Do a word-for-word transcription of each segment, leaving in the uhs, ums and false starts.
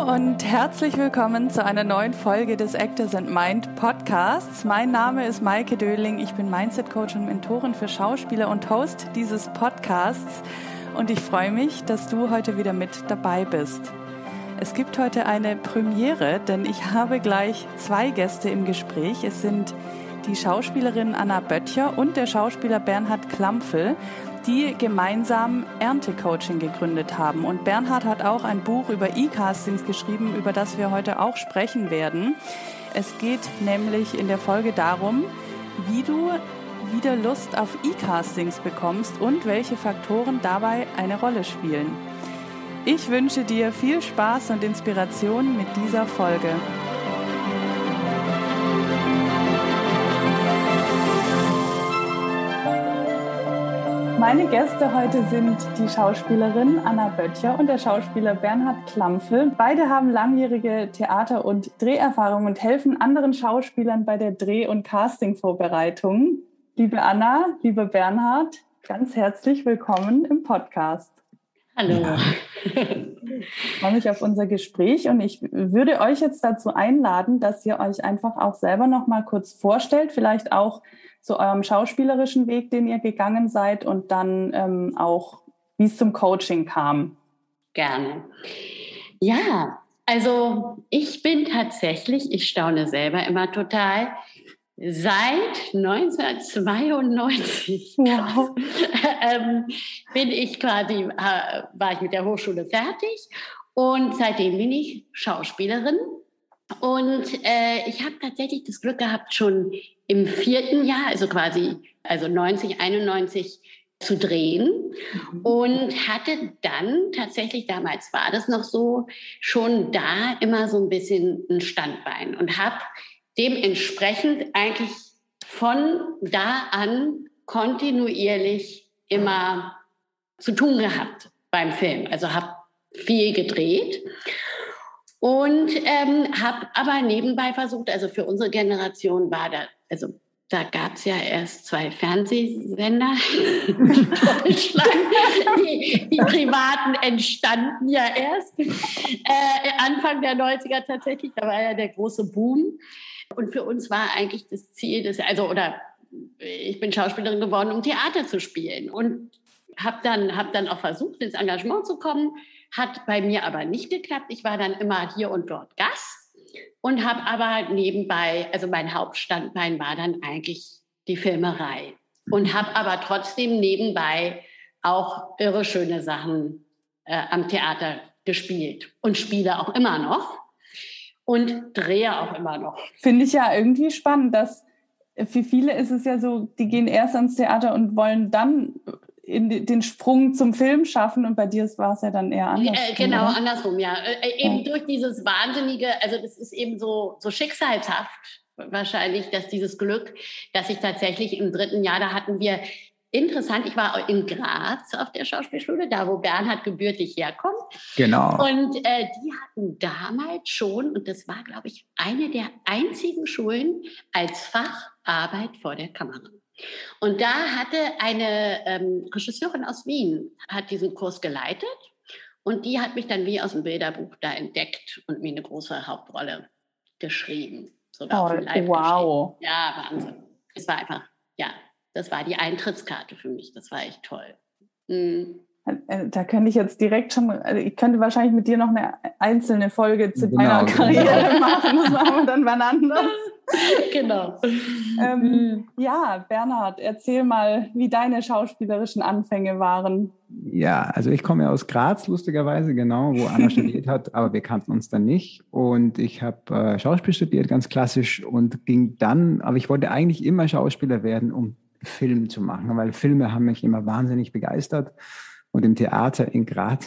Hallo und herzlich willkommen zu einer neuen Folge des Actors and Mind Podcasts. Mein Name ist Maike Döhling, ich bin Mindset Coach und Mentorin für Schauspieler und Host dieses Podcasts und ich freue mich, dass du heute wieder mit dabei bist. Es gibt heute eine Premiere, denn ich habe gleich zwei Gäste im Gespräch. Es sind die Schauspielerin Anna Böttcher und der Schauspieler Bernhard Klampfel, die gemeinsam Erntecoaching gegründet haben. Und Bernhard hat auch ein Buch über E-Castings geschrieben, über das wir heute auch sprechen werden. Es geht nämlich in der Folge darum, wie du wieder Lust auf E-Castings bekommst und welche Faktoren dabei eine Rolle spielen. Ich wünsche dir viel Spaß und Inspiration mit dieser Folge. Meine Gäste heute sind die Schauspielerin Anna Böttcher und der Schauspieler Bernhard Klampfel. Beide haben langjährige Theater- und Dreherfahrung und helfen anderen Schauspielern bei der Dreh- und Casting-Vorbereitung. Liebe Anna, lieber Bernhard, ganz herzlich willkommen im Podcast. Hallo. Ja. Ich freue mich auf unser Gespräch und ich würde euch jetzt dazu einladen, dass ihr euch einfach auch selber noch mal kurz vorstellt, vielleicht auch zu eurem schauspielerischen Weg, den ihr gegangen seid und dann ähm, auch, wie es zum Coaching kam. Gerne. Ja, also ich bin tatsächlich, ich staune selber immer total, seit neunzehnhundertzweiundneunzig wow. ähm, bin ich quasi, äh, war ich mit der Hochschule fertig und seitdem bin ich Schauspielerin. Und äh, ich habe tatsächlich das Glück gehabt, schon im vierten Jahr, also quasi also neunzig, einundneunzig, zu drehen. Mhm. Und hatte dann tatsächlich, damals war das noch so, schon da immer so ein bisschen ein Standbein. Und habe dementsprechend eigentlich von da an kontinuierlich immer zu tun gehabt beim Film. Also habe viel gedreht. Und ähm, habe aber nebenbei versucht, also für unsere Generation war da, also da gab es ja erst zwei Fernsehsender in Deutschland. Die, die privaten entstanden ja erst äh, Anfang der neunziger tatsächlich. Da war ja der große Boom. Und für uns war eigentlich das Ziel, des, also oder ich bin Schauspielerin geworden, um Theater zu spielen. Und habe dann, hab dann auch versucht, ins Engagement zu kommen. Hat bei mir aber nicht geklappt. Ich war dann immer hier und dort Gast und habe aber nebenbei, also mein Hauptstandbein war dann eigentlich die Filmerei. Und habe aber trotzdem nebenbei auch irre schöne Sachen äh, am Theater gespielt und spiele auch immer noch und drehe auch immer noch. Finde ich ja irgendwie spannend, dass für viele ist es ja so, die gehen erst ans Theater und wollen dann in den Sprung zum Film schaffen und bei dir war es ja dann eher andersrum. Äh, genau, oder? andersrum, ja. Äh, eben ja. durch dieses wahnsinnige, also das ist eben so, so schicksalshaft wahrscheinlich, dass dieses Glück, dass ich tatsächlich im dritten Jahr, da hatten wir, interessant, ich war in Graz auf der Schauspielschule, da wo Bernhard gebürtig herkommt. Genau. Und äh, die hatten damals schon, und das war, glaube ich, eine der einzigen Schulen als Fach Arbeit vor der Kamera. Und da hatte eine ähm, Regisseurin aus Wien, hat diesen Kurs geleitet und die hat mich dann wie aus dem Bilderbuch da entdeckt und mir eine große Hauptrolle geschrieben. Sogar oh, auf dem Live wow. Geschrieben. Ja, Wahnsinn. Es war einfach, ja, das war die Eintrittskarte für mich. Das war echt toll. Mhm. Da könnte ich jetzt direkt schon, also ich könnte wahrscheinlich mit dir noch eine einzelne Folge zu genau, deiner Karriere genau. machen, das machen wir dann wann anders. Genau. Ähm, ja, Bernhard, erzähl mal, wie deine schauspielerischen Anfänge waren. Ja, also ich komme ja aus Graz, lustigerweise, genau, wo Anna studiert hat, aber wir kannten uns dann nicht. Und ich habe äh, Schauspiel studiert, ganz klassisch, und ging dann, aber ich wollte eigentlich immer Schauspieler werden, um Film zu machen, weil Filme haben mich immer wahnsinnig begeistert. Und im Theater in Graz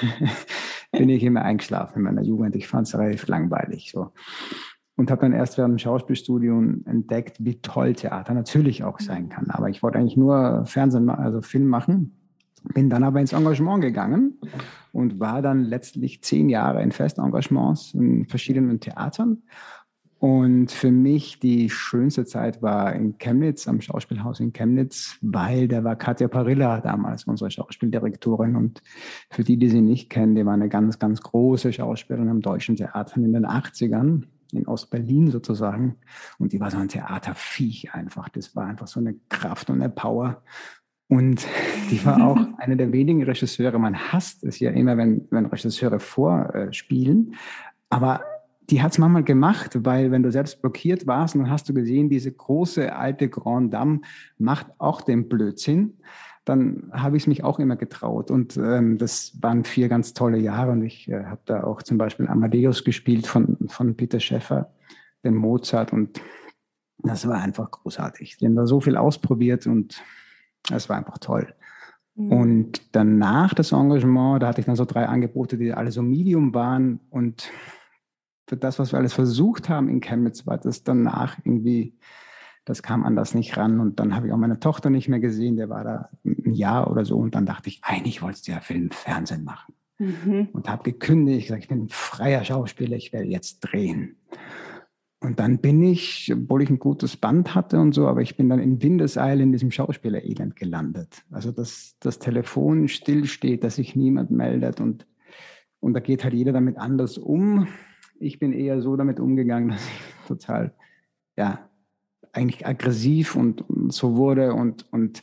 bin ich immer eingeschlafen in meiner Jugend. Ich fand es relativ langweilig so. Und habe dann erst während dem Schauspielstudium entdeckt, wie toll Theater natürlich auch sein kann. Aber ich wollte eigentlich nur Fernsehen, also Film machen. Bin dann aber ins Engagement gegangen und war dann letztlich zehn Jahre in Festengagements in verschiedenen Theatern. Und für mich die schönste Zeit war in Chemnitz, am Schauspielhaus in Chemnitz, weil da war Katja Parilla damals unsere Schauspieldirektorin. Und für die, die sie nicht kennen, die war eine ganz, ganz große Schauspielerin am Deutschen Theater in den achtzigern, in Ostberlin sozusagen. Und die war so ein Theaterviech einfach. Das war einfach so eine Kraft und eine Power. Und die war auch eine der wenigen Regisseure. Man hasst es ja immer, wenn, wenn Regisseure vorspielen. Aber die hat es manchmal gemacht, weil wenn du selbst blockiert warst, dann hast du gesehen, diese große alte Grande Dame macht auch den Blödsinn. Dann habe ich es mich auch immer getraut. Und ähm, das waren vier ganz tolle Jahre. Und ich äh, habe da auch zum Beispiel Amadeus gespielt von, von Peter Schäffer, den Mozart. Und das war einfach großartig. Die haben da so viel ausprobiert und es war einfach toll. Mhm. Und danach das Engagement, da hatte ich dann so drei Angebote, die alle so Medium waren. Und für das, was wir alles versucht haben in Chemnitz, war das danach irgendwie, das kam anders nicht ran. Und dann habe ich auch meine Tochter nicht mehr gesehen, der war da ein Jahr oder so. Und dann dachte ich, eigentlich wolltest du ja Film, Fernsehen machen. Mhm. Und habe gekündigt, gesagt, ich bin ein freier Schauspieler, ich werde jetzt drehen. Und dann bin ich, obwohl ich ein gutes Band hatte und so, aber ich bin dann in Windeseile in diesem Schauspielerelend gelandet. Also dass das Telefon stillsteht, dass sich niemand meldet und, und da geht halt jeder damit anders um. Ich bin eher so damit umgegangen, dass ich total, ja, eigentlich aggressiv und, und so wurde und, und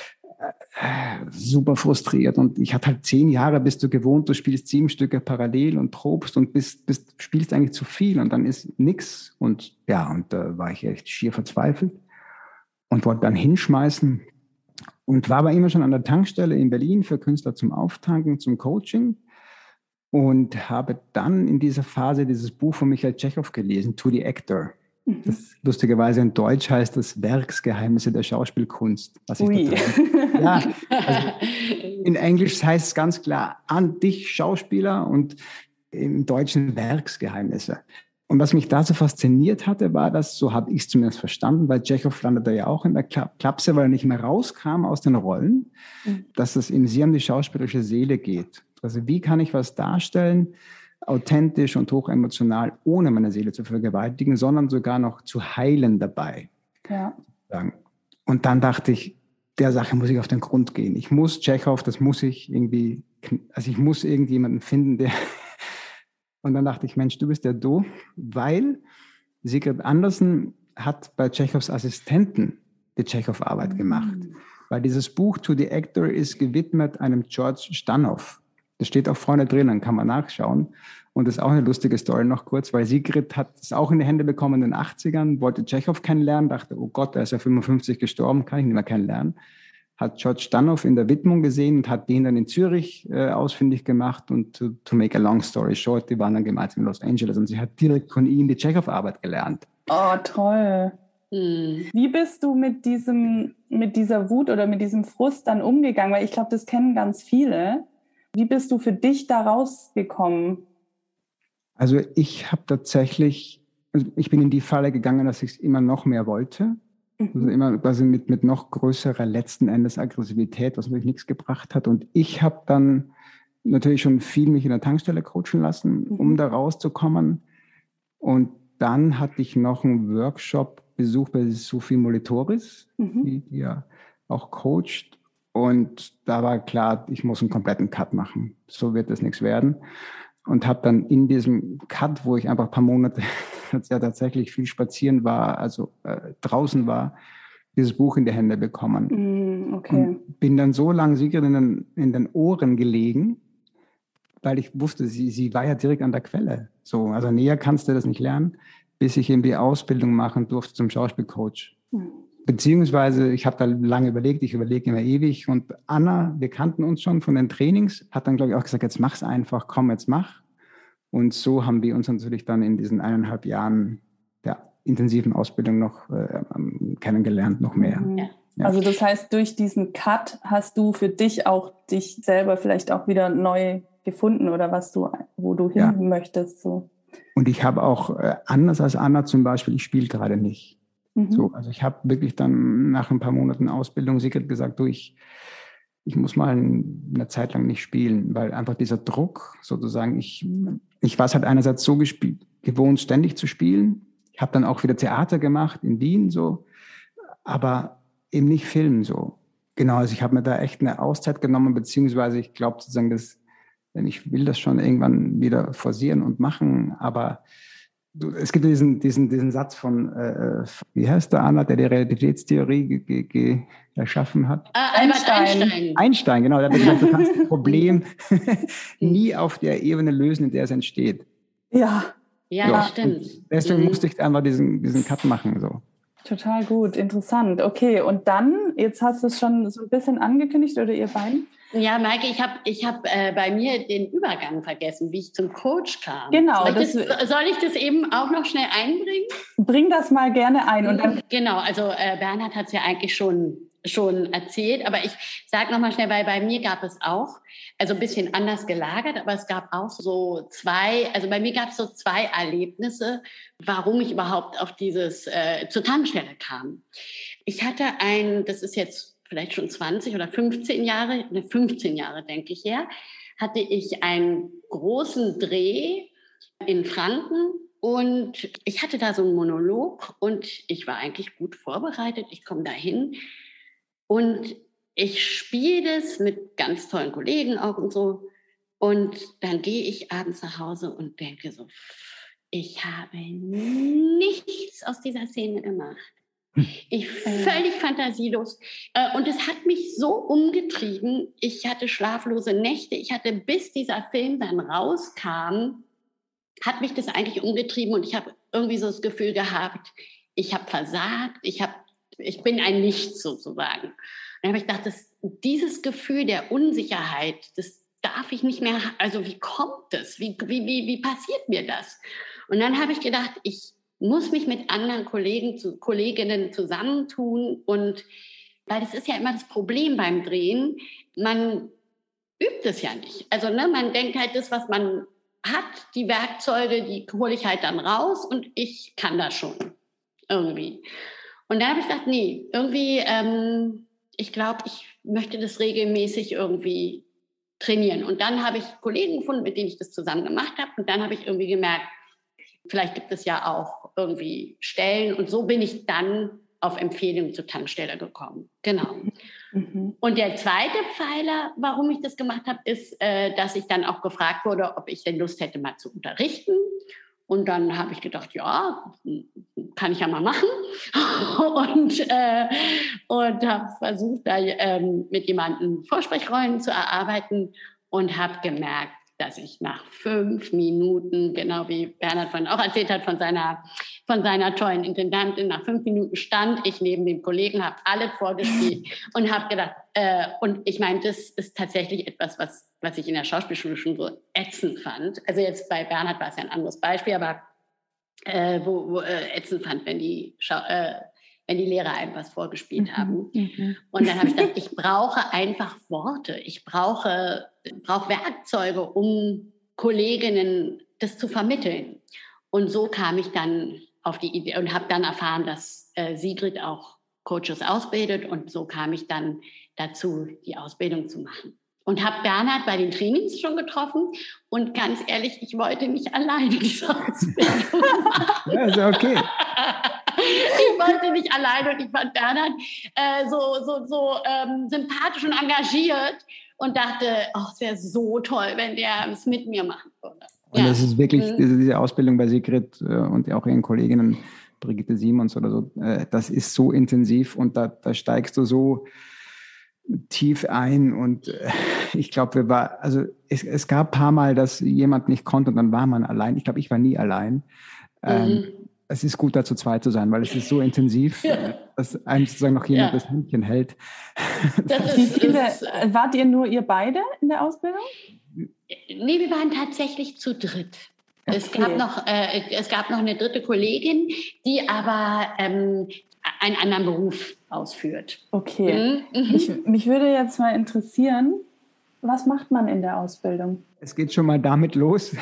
äh, super frustriert. Und ich hatte halt zehn Jahre, bist du gewohnt, du spielst sieben Stücke parallel und probst und bist, bist, spielst eigentlich zu viel und dann ist nix. Und ja, und da war ich echt schier verzweifelt und wollte dann hinschmeißen und war aber immer schon an der Tankstelle in Berlin für Künstler zum Auftanken, zum Coaching. Und habe dann in dieser Phase dieses Buch von Michael Tschechow gelesen, To the Actor. Mhm. Das lustigerweise in Deutsch heißt das Werksgeheimnisse der Schauspielkunst. Was ich total, ja, also in Englisch heißt es ganz klar an dich Schauspieler und im Deutschen Werksgeheimnisse. Und was mich da so fasziniert hatte, war das, so habe ich es zumindest verstanden, weil Tschechow landete ja auch in der Klapse, weil er nicht mehr rauskam aus den Rollen, mhm. dass es ihm sehr um die schauspielerische Seele geht. Also wie kann ich was darstellen, authentisch und hochemotional, ohne meine Seele zu vergewaltigen, sondern sogar noch zu heilen dabei. Ja. Und dann dachte ich, der Sache muss ich auf den Grund gehen. Ich muss Tschechow, das muss ich irgendwie, also ich muss irgendjemanden finden, der... Und dann dachte ich, Mensch, du bist der Do, weil Sigrid Andersen hat bei Tschechows Assistenten die Tschechow-Arbeit gemacht. Mhm. Weil dieses Buch To the Actor ist gewidmet einem George Stanow. Das steht auch vorne drinnen, kann man nachschauen. Und das ist auch eine lustige Story noch kurz, weil Sigrid hat es auch in die Hände bekommen in den achtzigern, wollte Tschechow kennenlernen, dachte, oh Gott, der ist ja fünfundfünfzig gestorben, kann ich nicht mehr kennenlernen. Hat George Stanow in der Widmung gesehen und hat den dann in Zürich äh, ausfindig gemacht. Und to, to make a long story short, die waren dann gemeinsam in Los Angeles und sie hat direkt von ihm die Tschechow-Arbeit gelernt. Oh, toll. Hm. Wie bist du mit diesem, mit dieser Wut oder mit diesem Frust dann umgegangen? Weil ich glaube, das kennen ganz viele. Wie bist du für dich da rausgekommen? Also ich habe tatsächlich, also ich bin in die Falle gegangen, dass ich es immer noch mehr wollte. Mhm. Also immer quasi mit, mit noch größerer letzten Endes Aggressivität, was natürlich nichts gebracht hat. Und ich habe dann natürlich schon viel mich in der Tankstelle coachen lassen, mhm. um da rauszukommen. Und dann hatte ich noch einen Workshop besucht bei Sophie Molitoris, mhm. die, die ja auch coacht. Und da war klar, ich muss einen kompletten Cut machen. So wird das nichts werden. Und habe dann in diesem Cut, wo ich einfach ein paar Monate ja tatsächlich viel spazieren war, also äh, draußen war, dieses Buch in die Hände bekommen. Mm, okay. Und bin dann so lange Sigrid in den, in den Ohren gelegen, weil ich wusste, sie, sie war ja direkt an der Quelle. So, also näher kannst du das nicht lernen, bis ich eben die Ausbildung machen durfte zum Schauspielcoach. Mm. Beziehungsweise, ich habe da lange überlegt, ich überlege immer ewig. Und Anna, wir kannten uns schon von den Trainings, hat dann, glaube ich, auch gesagt, jetzt mach's einfach, komm, jetzt mach. Und so haben wir uns natürlich dann in diesen eineinhalb Jahren der intensiven Ausbildung noch äh, kennengelernt, noch mehr. Mhm. Ja. Also das heißt, durch diesen Cut hast du für dich auch dich selber vielleicht auch wieder neu gefunden oder was du, wo du hin ja. möchtest. So. Und ich habe auch, äh, anders als Anna zum Beispiel, ich spiele gerade nicht. Mhm. So, also ich habe wirklich dann nach ein paar Monaten Ausbildung Sigrid gesagt, du, ich, ich muss mal eine Zeit lang nicht spielen, weil einfach dieser Druck sozusagen, ich, ich war es halt einerseits so gespielt, gewohnt, ständig zu spielen ich habe dann auch wieder Theater gemacht in Wien so, aber eben nicht Film so. Genau, also ich habe mir da echt eine Auszeit genommen, beziehungsweise ich glaube sozusagen, dass, wenn ich will das schon irgendwann wieder forcieren und machen, aber du, es gibt diesen, diesen, diesen Satz von, äh, wie heißt der Anna, der die Relativitätstheorie ge, ge, ge, erschaffen hat? Ah, Albert Einstein. Einstein. Einstein, genau. Der hat gesagt, du kannst das Problem nie auf der Ebene lösen, in der es entsteht. Ja, Ja, Ja, das stimmt. deswegen Mhm. musste ich einfach diesen, diesen Cut machen. So. total gut, interessant. Okay, und dann, jetzt hast du es schon so ein bisschen angekündigt, oder ihr beiden? Ja, Maike, ich habe ich hab, äh, bei mir den Übergang vergessen, wie ich zum Coach kam. Genau, Soll ich, das- das, soll ich das eben auch noch schnell einbringen? Bring das mal gerne ein. Und dann, Genau, also äh, Bernhard hat es ja eigentlich schon, schon erzählt, aber ich sage nochmal schnell, weil bei mir gab es auch, also ein bisschen anders gelagert, aber es gab auch so zwei, also bei mir gab es so zwei Erlebnisse, warum ich überhaupt auf dieses, äh, zur Tankstelle kam. Ich hatte ein, das ist jetzt vielleicht schon zwanzig oder fünfzehn Jahre, ne, fünfzehn Jahre denke ich her, hatte ich einen großen Dreh in Franken. Und ich hatte da so einen Monolog und ich war eigentlich gut vorbereitet. Ich komme da hin und ich spiele das mit ganz tollen Kollegen auch und so. Und dann gehe ich abends nach Hause und denke so, ich habe nichts aus dieser Szene gemacht. Ich völlig fantasielos. Und es hat mich so umgetrieben. Ich hatte schlaflose Nächte. Ich hatte, bis dieser Film dann rauskam, hat mich das eigentlich umgetrieben und ich habe irgendwie so das Gefühl gehabt, ich habe versagt, ich, hab, ich bin ein Nichts sozusagen. Und dann habe ich gedacht, das, dieses Gefühl der Unsicherheit, das darf ich nicht mehr, also wie kommt das? Wie, wie, wie, wie passiert mir das? Und dann habe ich gedacht, ich muss mich mit anderen Kollegen, zu, Kolleginnen zusammentun und, weil das ist ja immer das Problem beim Drehen, man übt es ja nicht. Also ne, man denkt halt, das, was man hat, die Werkzeuge, die hole ich halt dann raus und ich kann das schon irgendwie. Und da habe ich gedacht, nee, irgendwie, ähm, ich glaube, ich möchte das regelmäßig irgendwie trainieren. Und dann habe ich Kollegen gefunden, mit denen ich das zusammen gemacht habe. Und dann habe ich irgendwie gemerkt, vielleicht gibt es ja auch irgendwie Stellen. Und so bin ich dann auf Empfehlung zur Tankstelle gekommen. Genau. Mhm. Und der zweite Pfeiler, warum ich das gemacht habe, ist, äh, dass ich dann auch gefragt wurde, ob ich denn Lust hätte, mal zu unterrichten. Und dann habe ich gedacht, ja, kann ich ja mal machen. und äh, und habe versucht, da ähm, mit jemandem Vorsprechrollen zu erarbeiten und habe gemerkt, dass ich nach fünf Minuten, genau wie Bernhard vorhin auch erzählt hat, von seiner, von seiner tollen Intendantin, nach fünf Minuten stand ich neben dem Kollegen, habe alles vorgespielt und habe gedacht, äh, und ich meine, das ist tatsächlich etwas, was, was ich in der Schauspielschule schon so ätzend fand. Also jetzt bei Bernhard war es ja ein anderes Beispiel, aber äh, wo, wo äh, ätzend fand, wenn die Schau äh, wenn die Lehrer einem was vorgespielt haben. Mhm. Und dann habe ich gedacht, ich brauche einfach Worte. Ich brauche, brauche Werkzeuge, um Kolleginnen das zu vermitteln. Und so kam ich dann auf die Idee und habe dann erfahren, dass äh, Sigrid auch Coaches ausbildet. Und so kam ich dann dazu, die Ausbildung zu machen. Und habe Bernhard bei den Trainings schon getroffen. Und ganz ehrlich, ich wollte nicht alleine diese Ausbildung machen. Ja, ist okay. Ich wollte nicht alleine und ich fand Bernhard äh, so, so, so ähm, sympathisch und engagiert und dachte, oh, es wäre so toll, wenn der es mit mir machen würde. Und ja. das ist wirklich, Mhm. diese, diese Ausbildung bei Sigrid äh, und auch ihren Kolleginnen, Brigitte Simons oder so, äh, das ist so intensiv und da, da steigst du so tief ein und äh, ich glaube, wir war, also es, es gab ein paar Mal, dass jemand nicht konnte und dann war man allein. Ich glaube, ich war nie allein. Ähm, Mhm. Es ist gut, da zu zweit zu sein, weil es ist so intensiv, Ja. dass einem sozusagen noch jemand Ja. das Händchen hält. Das Wie ist, viele, ist, wart ihr nur ihr beide in der Ausbildung? nee, wir waren tatsächlich zu dritt. Es, Okay. gab noch, äh, es gab noch eine dritte Kollegin, die aber ähm, einen anderen Beruf ausführt. Okay. Mhm. Mhm. Mich, mich würde jetzt mal interessieren, was macht man in der Ausbildung? Es geht schon mal damit los,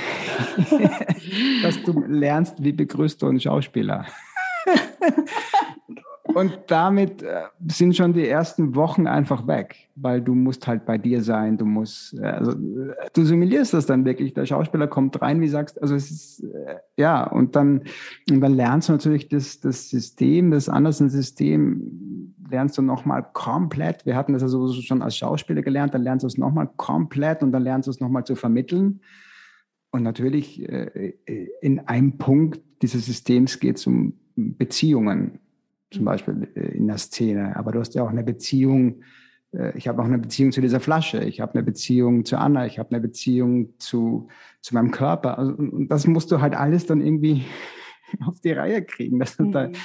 dass du lernst, wie begrüßt du einen Schauspieler. Und damit äh, sind schon die ersten Wochen einfach weg, weil du musst halt bei dir sein, du musst, äh, also äh, du simulierst das dann wirklich, der Schauspieler kommt rein, wie sagst, also es ist, äh, ja, und dann, und dann lernst du natürlich das, das System, das Andersen-System, lernst du nochmal komplett, wir hatten das ja sowieso schon als Schauspieler gelernt, dann lernst du es nochmal komplett und dann lernst du es nochmal zu vermitteln. Und natürlich äh, in einem Punkt dieses Systems geht es um Beziehungen, zum Beispiel in der Szene. Aber du hast ja auch eine Beziehung, äh, ich habe auch eine Beziehung zu dieser Flasche, ich habe eine Beziehung zu Anna, ich habe eine Beziehung zu, zu meinem Körper. Also, und das musst du halt alles dann irgendwie auf die Reihe kriegen, dass du, mhm. da,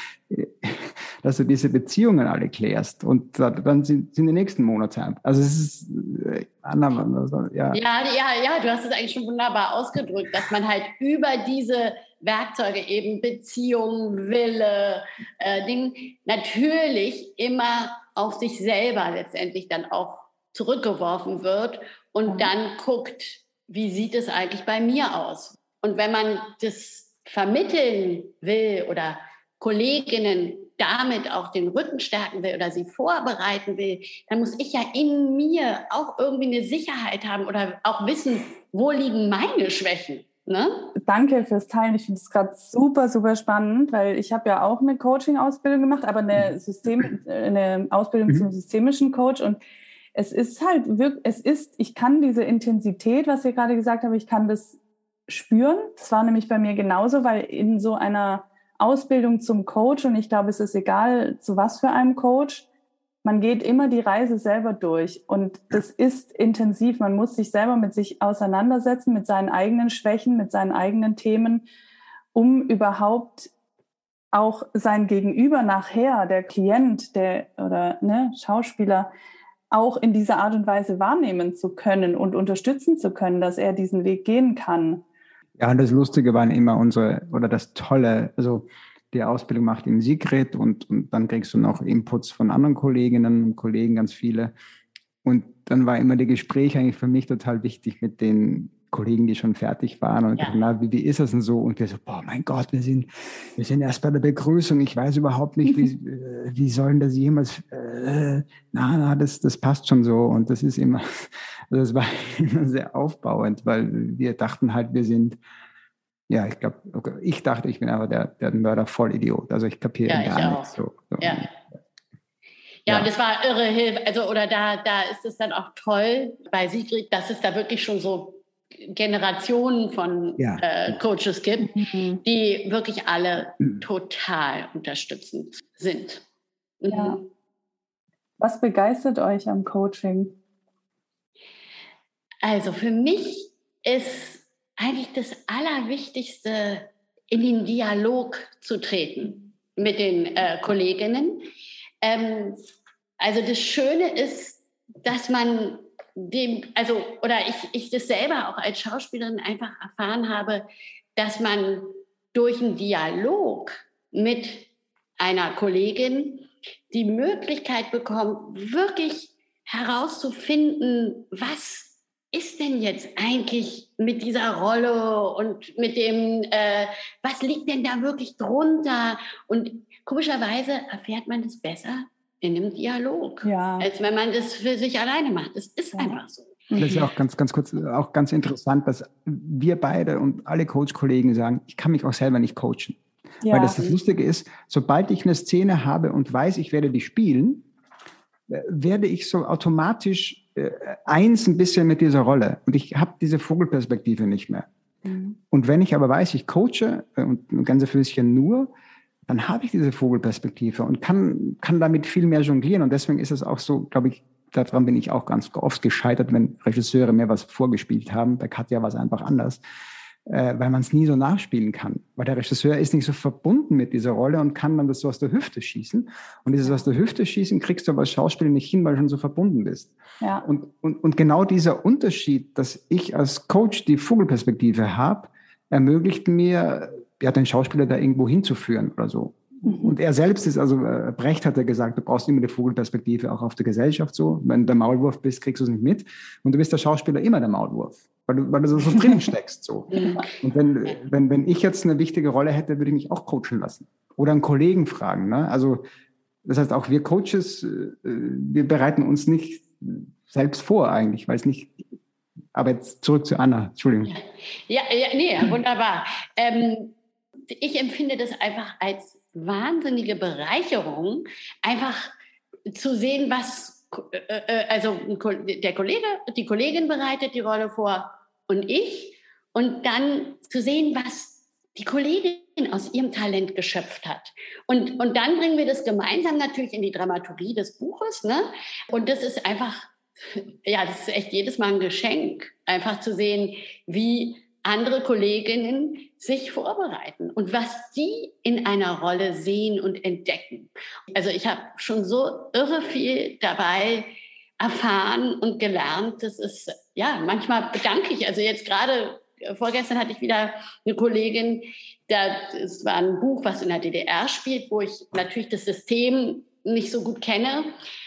dass du diese Beziehungen alle klärst. Und dann sind, sind die nächsten Monate. Also es ist, äh, Anna, also, ja. ja. Ja, ja, du hast es eigentlich schon wunderbar ausgedrückt, dass man halt über diese Werkzeuge eben Beziehung, Wille, äh, Ding, natürlich immer auf sich selber letztendlich dann auch zurückgeworfen wird und mhm. dann guckt, wie sieht es eigentlich bei mir aus? Und wenn man das vermitteln will oder Kolleginnen damit auch den Rücken stärken will oder sie vorbereiten will, dann muss ich ja in mir auch irgendwie eine Sicherheit haben oder auch wissen, wo liegen meine Schwächen. Ne? Danke fürs Teilen. Ich finde es gerade super, super spannend, weil ich habe ja auch eine Coaching-Ausbildung gemacht, aber eine, System, eine Ausbildung mhm. zum systemischen Coach. Und es ist halt wirklich, es ist, ich kann diese Intensität, was ihr gerade gesagt habt, ich kann das spüren. Das war nämlich bei mir genauso, weil in so einer Ausbildung zum Coach, und ich glaube, es ist egal, zu was für einem Coach, man geht immer die Reise selber durch und das ist intensiv. Man muss sich selber mit sich auseinandersetzen, mit seinen eigenen Schwächen, mit seinen eigenen Themen, um überhaupt auch sein Gegenüber nachher, der Klient, der oder ne, Schauspieler, auch in dieser Art und Weise wahrnehmen zu können und unterstützen zu können, dass er diesen Weg gehen kann. Ja, und das Lustige waren immer unsere, oder das Tolle, also die Ausbildung macht im Sigrid und, und dann kriegst du noch Inputs von anderen Kolleginnen und Kollegen, ganz viele. Und dann war immer die Gespräche eigentlich für mich total wichtig mit den Kollegen, die schon fertig waren. Und ja. dachte, na, wie, wie ist das denn so? Und wir so, boah, mein Gott, wir sind, wir sind erst bei der Begrüßung. Ich weiß überhaupt nicht, wie, wie sollen das jemals, äh, na, na, das, das passt schon so. Und das ist immer, also das war immer sehr aufbauend, weil wir dachten halt, wir sind, ja, ich glaube, okay, ich dachte, ich bin aber der, der Mörder-Vollidiot. Also ich kapiere ja, gar nichts. So, so. Ja. Ja, ja, und das war irre Hilfe. Also, oder da, da ist es dann auch toll bei Sigrid, dass es da wirklich schon so Generationen von ja. äh, Coaches gibt, mhm. die wirklich alle mhm. total unterstützend sind. Mhm. Ja. Was begeistert euch am Coaching? Also für mich ist eigentlich das Allerwichtigste, in den Dialog zu treten mit den äh, Kolleginnen. Ähm, also das Schöne ist, dass man dem, also, oder ich, ich das selber auch als Schauspielerin einfach erfahren habe, dass man durch einen Dialog mit einer Kollegin die Möglichkeit bekommt, wirklich herauszufinden, was ist denn jetzt eigentlich mit dieser Rolle und mit dem, äh, was liegt denn da wirklich drunter? Und komischerweise erfährt man das besser in einem Dialog, ja. als wenn man das für sich alleine macht. Das ist ja. einfach so. Das ist ja auch ganz, ganz kurz, auch ganz interessant, dass wir beide und alle Coach-Kollegen sagen, ich kann mich auch selber nicht coachen. Ja. Weil das, das Lustige ist, sobald ich eine Szene habe und weiß, ich werde die spielen, werde ich so automatisch äh, eins ein bisschen mit dieser Rolle. Und ich habe diese Vogelperspektive nicht mehr. Mhm. Und wenn ich aber weiß, ich coache äh, und ein ganzes Füßchen nur, dann habe ich diese Vogelperspektive und kann, kann damit viel mehr jonglieren. Und deswegen ist es auch so, glaube ich, daran bin ich auch ganz oft gescheitert, wenn Regisseure mir was vorgespielt haben. Bei Katja war es einfach anders. Äh, weil man es nie so nachspielen kann. Weil der Regisseur ist nicht so verbunden mit dieser Rolle und kann dann das so aus der Hüfte schießen. Und dieses aus der Hüfte schießen kriegst du aber als Schauspieler nicht hin, weil du schon so verbunden bist. Ja. Und, und, und genau dieser Unterschied, dass ich als Coach die Vogelperspektive habe, ermöglicht mir, ja, den Schauspieler da irgendwo hinzuführen oder so. Mhm. Und er selbst ist, also Brecht hat ja gesagt, du brauchst immer die Vogelperspektive auch auf der Gesellschaft so. Wenn du der Maulwurf bist, kriegst du es nicht mit. Und du bist der Schauspieler immer der Maulwurf. Weil du, weil du so, so drin steckst. So. Und wenn, wenn, wenn ich jetzt eine wichtige Rolle hätte, würde ich mich auch coachen lassen. Oder einen Kollegen fragen. Ne? Also Das heißt, auch wir Coaches, wir bereiten uns nicht selbst vor eigentlich, weil es nicht, aber jetzt zurück zu Anna, Entschuldigung. Ja, ja, nee, wunderbar. Ähm, ich empfinde das einfach als wahnsinnige Bereicherung, einfach zu sehen, was, äh, also der Kollege, die Kollegin bereitet die Rolle vor und ich, und dann zu sehen, was die Kollegin aus ihrem Talent geschöpft hat. Und, und dann bringen wir das gemeinsam natürlich in die Dramaturgie des Buches, ne? Und das ist einfach, ja, das ist echt jedes Mal ein Geschenk, einfach zu sehen, wie andere Kolleginnen sich vorbereiten und was die in einer Rolle sehen und entdecken. Also ich habe schon so irre viel dabei erfahren und gelernt. Das ist, ja, manchmal bedanke ich, also jetzt gerade vorgestern hatte ich wieder eine Kollegin, das war ein Buch, was in der D D R spielt, wo ich natürlich das System nicht so gut kenne.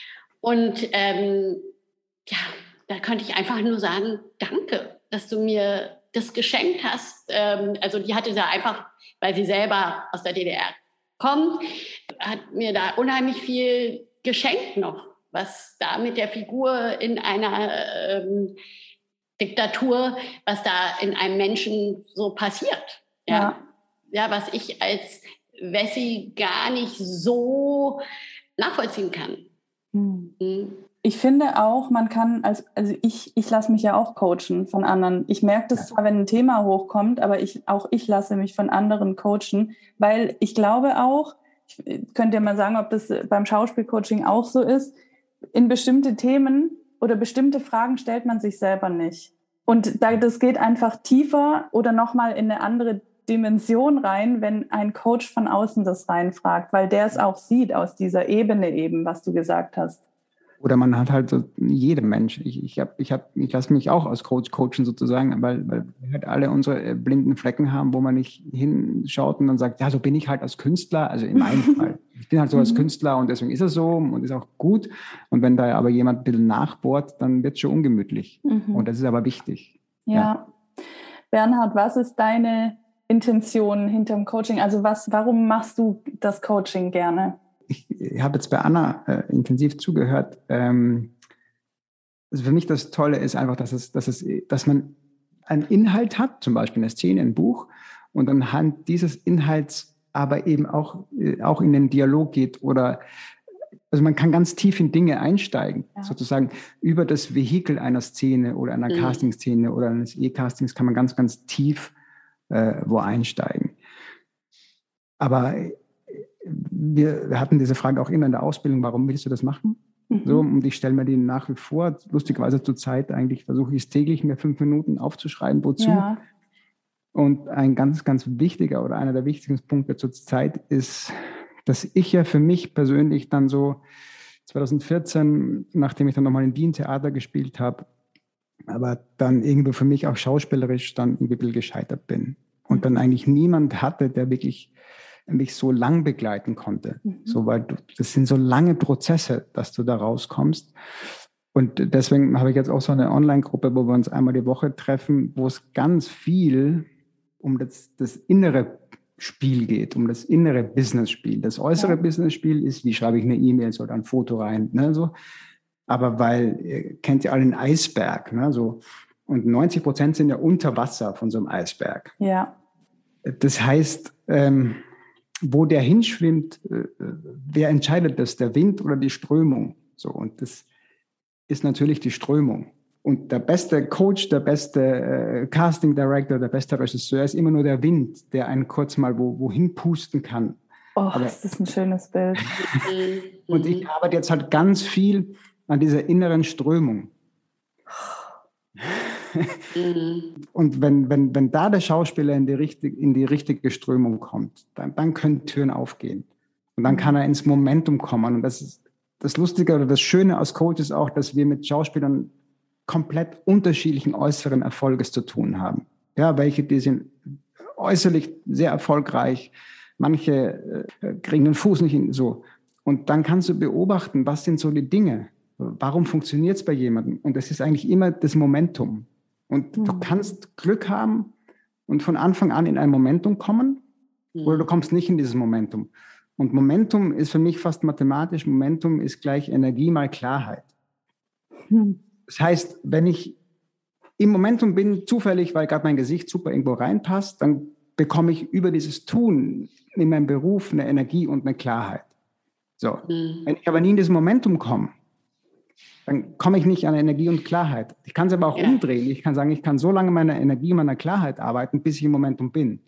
Und ähm, ja, da könnte ich einfach nur sagen, danke, dass du mir das geschenkt hast. Ähm, also die hatte da einfach, weil sie selber aus der D D R kommt, hat mir da unheimlich viel geschenkt noch, was da mit der Figur in einer ähm, Diktatur, was da in einem Menschen so passiert. Ja, ja, ja, was ich als Wessi gar nicht so nachvollziehen kann. Hm. Hm. Ich finde auch, man kann, als, also ich, ich lasse mich ja auch coachen von anderen. Ich merke das zwar, wenn ein Thema hochkommt, aber ich, auch ich lasse mich von anderen coachen, weil ich glaube auch, ich könnte ja mal sagen, ob das beim Schauspielcoaching auch so ist, in bestimmte Themen oder bestimmte Fragen stellt man sich selber nicht. Und das geht einfach tiefer oder nochmal in eine andere Dimension rein, wenn ein Coach von außen das reinfragt, weil der es auch sieht aus dieser Ebene eben, was du gesagt hast. Oder man hat halt so, jeder Mensch, ich, ich, hab, ich, hab, ich lasse mich auch als Coach coachen sozusagen, weil, weil wir halt alle unsere blinden Flecken haben, wo man nicht hinschaut und dann sagt, ja, so bin ich halt als Künstler, also in meinem Fall. Ich bin halt so als Künstler und deswegen ist es so und ist auch gut. Und wenn da aber jemand ein bisschen nachbohrt, dann wird es schon ungemütlich. Mhm. Und das ist aber wichtig. Ja. ja. Bernhard, was ist deine Intention hinterm Coaching? Also was, warum machst du das Coaching gerne? Ich, ich habe jetzt bei Anna äh, intensiv zugehört. Ähm, also für mich das Tolle ist einfach, dass, es, dass, es, dass man einen Inhalt hat, zum Beispiel eine Szene, ein Buch, und anhand dieses Inhalts aber eben auch, äh, auch in den Dialog geht oder also man kann ganz tief in Dinge einsteigen, ja. sozusagen über das Vehikel einer Szene oder einer mhm. Casting-Szene oder eines E-Castings kann man ganz, ganz tief äh, wo einsteigen. Aber Wir, wir hatten diese Frage auch immer in der Ausbildung, warum willst du das machen? Mhm. So, und ich stelle mir die nach wie vor, lustigerweise zur Zeit eigentlich versuche ich es täglich, mir fünf Minuten aufzuschreiben, wozu. Ja. Und ein ganz, ganz wichtiger oder einer der wichtigsten Punkte zur Zeit ist, dass ich ja für mich persönlich dann so zwanzig vierzehn, nachdem ich dann nochmal in Wien Theater gespielt habe, aber dann irgendwo für mich auch schauspielerisch dann irgendwie ein bisschen gescheitert bin. Und dann eigentlich niemand hatte, der wirklich mich so lang begleiten konnte. Mhm. So, weil du, das sind so lange Prozesse, dass du da rauskommst. Und deswegen habe ich jetzt auch so eine Online-Gruppe, wo wir uns einmal die Woche treffen, wo es ganz viel um das, das innere Spiel geht, um das innere Business-Spiel. Das äußere ja. Business-Spiel ist, wie schreibe ich eine E-Mail, soll ein Foto rein, ne, so. Aber weil, ihr kennt ja alle einen Eisberg, ne, so. Und neunzig Prozent sind ja unter Wasser von so einem Eisberg. Ja. Das heißt, ähm, wo der hinschwimmt, äh, wer entscheidet das, der Wind oder die Strömung? So, und das ist natürlich die Strömung. Und der beste Coach, der beste äh, Casting Director, der beste Regisseur ist immer nur der Wind, der einen kurz mal wo, wohin pusten kann. Oh, Aber, ist das ein schönes Bild. Und ich arbeite jetzt halt ganz viel an dieser inneren Strömung. Und wenn, wenn, wenn da der Schauspieler in die, richtig, in die richtige Strömung kommt, dann, dann können Türen aufgehen. Und dann kann er ins Momentum kommen. Und das ist das Lustige oder das Schöne als Coach ist auch, dass wir mit Schauspielern komplett unterschiedlichen äußeren Erfolges zu tun haben. Ja, welche, die sind äußerlich sehr erfolgreich, manche äh, kriegen den Fuß nicht hin, so. Und dann kannst du beobachten, was sind so die Dinge? Warum funktioniert es bei jemandem? Und das ist eigentlich immer das Momentum. Und mhm. du kannst Glück haben und von Anfang an in ein Momentum kommen, mhm. oder du kommst nicht in dieses Momentum. Und Momentum ist für mich fast mathematisch. Momentum ist gleich Energie mal Klarheit. Hm. Das heißt, wenn ich im Momentum bin, zufällig, weil gerade mein Gesicht super irgendwo reinpasst, dann bekomme ich über dieses Tun in meinem Beruf eine Energie und eine Klarheit. So. Mhm. Wenn ich aber nie in dieses Momentum komme, dann komme ich nicht an Energie und Klarheit. Ich kann es aber auch ja. umdrehen. Ich kann sagen, ich kann so lange meiner Energie, meiner Klarheit arbeiten, bis ich im Momentum bin.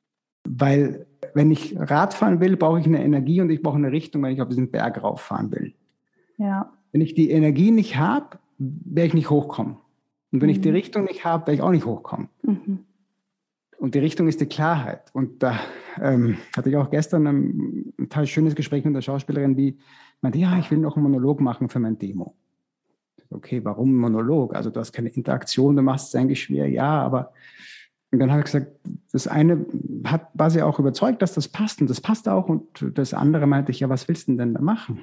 Weil wenn ich Radfahren will, brauche ich eine Energie und ich brauche eine Richtung, wenn ich auf diesen Berg rauffahren will. Ja. Wenn ich die Energie nicht habe, werde ich nicht hochkommen. Und wenn mhm. ich die Richtung nicht habe, werde ich auch nicht hochkommen. Mhm. Und die Richtung ist die Klarheit. Und da ähm, hatte ich auch gestern ein, ein total schönes Gespräch mit der Schauspielerin, die meinte, ja, ich will noch einen Monolog machen für mein Demo. Okay, warum ein Monolog? Also du hast keine Interaktion, du machst es eigentlich schwer. Ja, aber... Und dann habe ich gesagt, das eine hat, war sie auch überzeugt, dass das passt. Und das passt auch. Und das andere meinte ich, ja, was willst du denn da machen?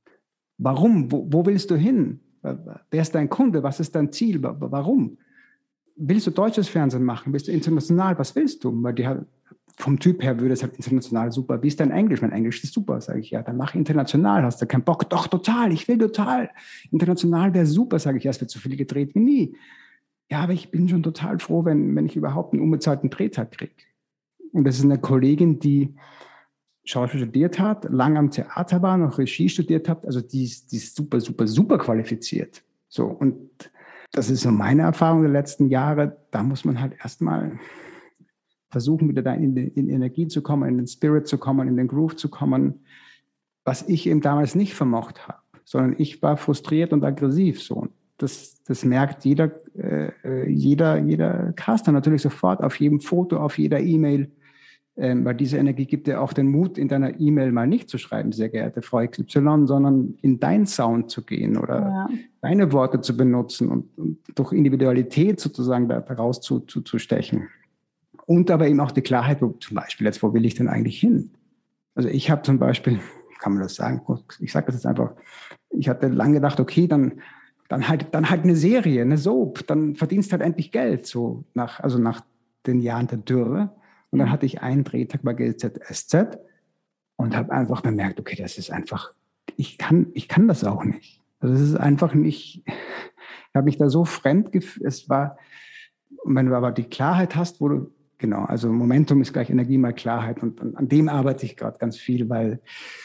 Warum? Wo, wo willst du hin? Wer ist dein Kunde? Was ist dein Ziel? Warum? Willst du deutsches Fernsehen machen? Willst du international? Was willst du? Weil die halt, vom Typ her würde es halt international super. Wie ist dein Englisch? Mein Englisch ist super. Sage ich, ja, dann mach international. Hast du keinen Bock? Doch, total. Ich will total. International wäre super. Sage ich, ja, es wird so viel gedreht wie nie. Ja, aber ich bin schon total froh, wenn, wenn ich überhaupt einen unbezahlten Drehtag kriege. Und das ist eine Kollegin, die Schauspiel studiert hat, lange am Theater war, noch Regie studiert hat. Also die ist, die ist super, super, super qualifiziert. So, und das ist so meine Erfahrung der letzten Jahre. Da muss man halt erstmal versuchen, wieder da in, in Energie zu kommen, in den Spirit zu kommen, in den Groove zu kommen, was ich eben damals nicht vermocht habe, sondern ich war frustriert und aggressiv so. Das, das merkt jeder, äh, jeder, jeder Caster natürlich sofort auf jedem Foto, auf jeder E-Mail, ähm, weil diese Energie gibt dir auch den Mut, in deiner E-Mail mal nicht zu schreiben, sehr geehrte Frau X Y, sondern in deinen Sound zu gehen oder ja. deine Worte zu benutzen und, und durch Individualität sozusagen da raus zu, zu, zu stechen. Und aber eben auch die Klarheit, wo, zum Beispiel jetzt, wo will ich denn eigentlich hin? Also ich habe zum Beispiel, kann man das sagen, ich sage das jetzt einfach, ich hatte lange gedacht, okay, dann Dann halt, dann halt eine Serie, eine Soap, dann verdienst halt endlich Geld, so nach, also nach den Jahren der Dürre. Und dann hatte ich einen Drehtag bei G Z S Z und habe einfach bemerkt, okay, das ist einfach, ich kann, ich kann das auch nicht. Also es ist einfach nicht, ich habe mich da so fremd gefühlt, es war, und wenn du aber die Klarheit hast, wo du, genau, also Momentum ist gleich Energie mal Klarheit und, und an dem arbeite ich gerade ganz viel, weil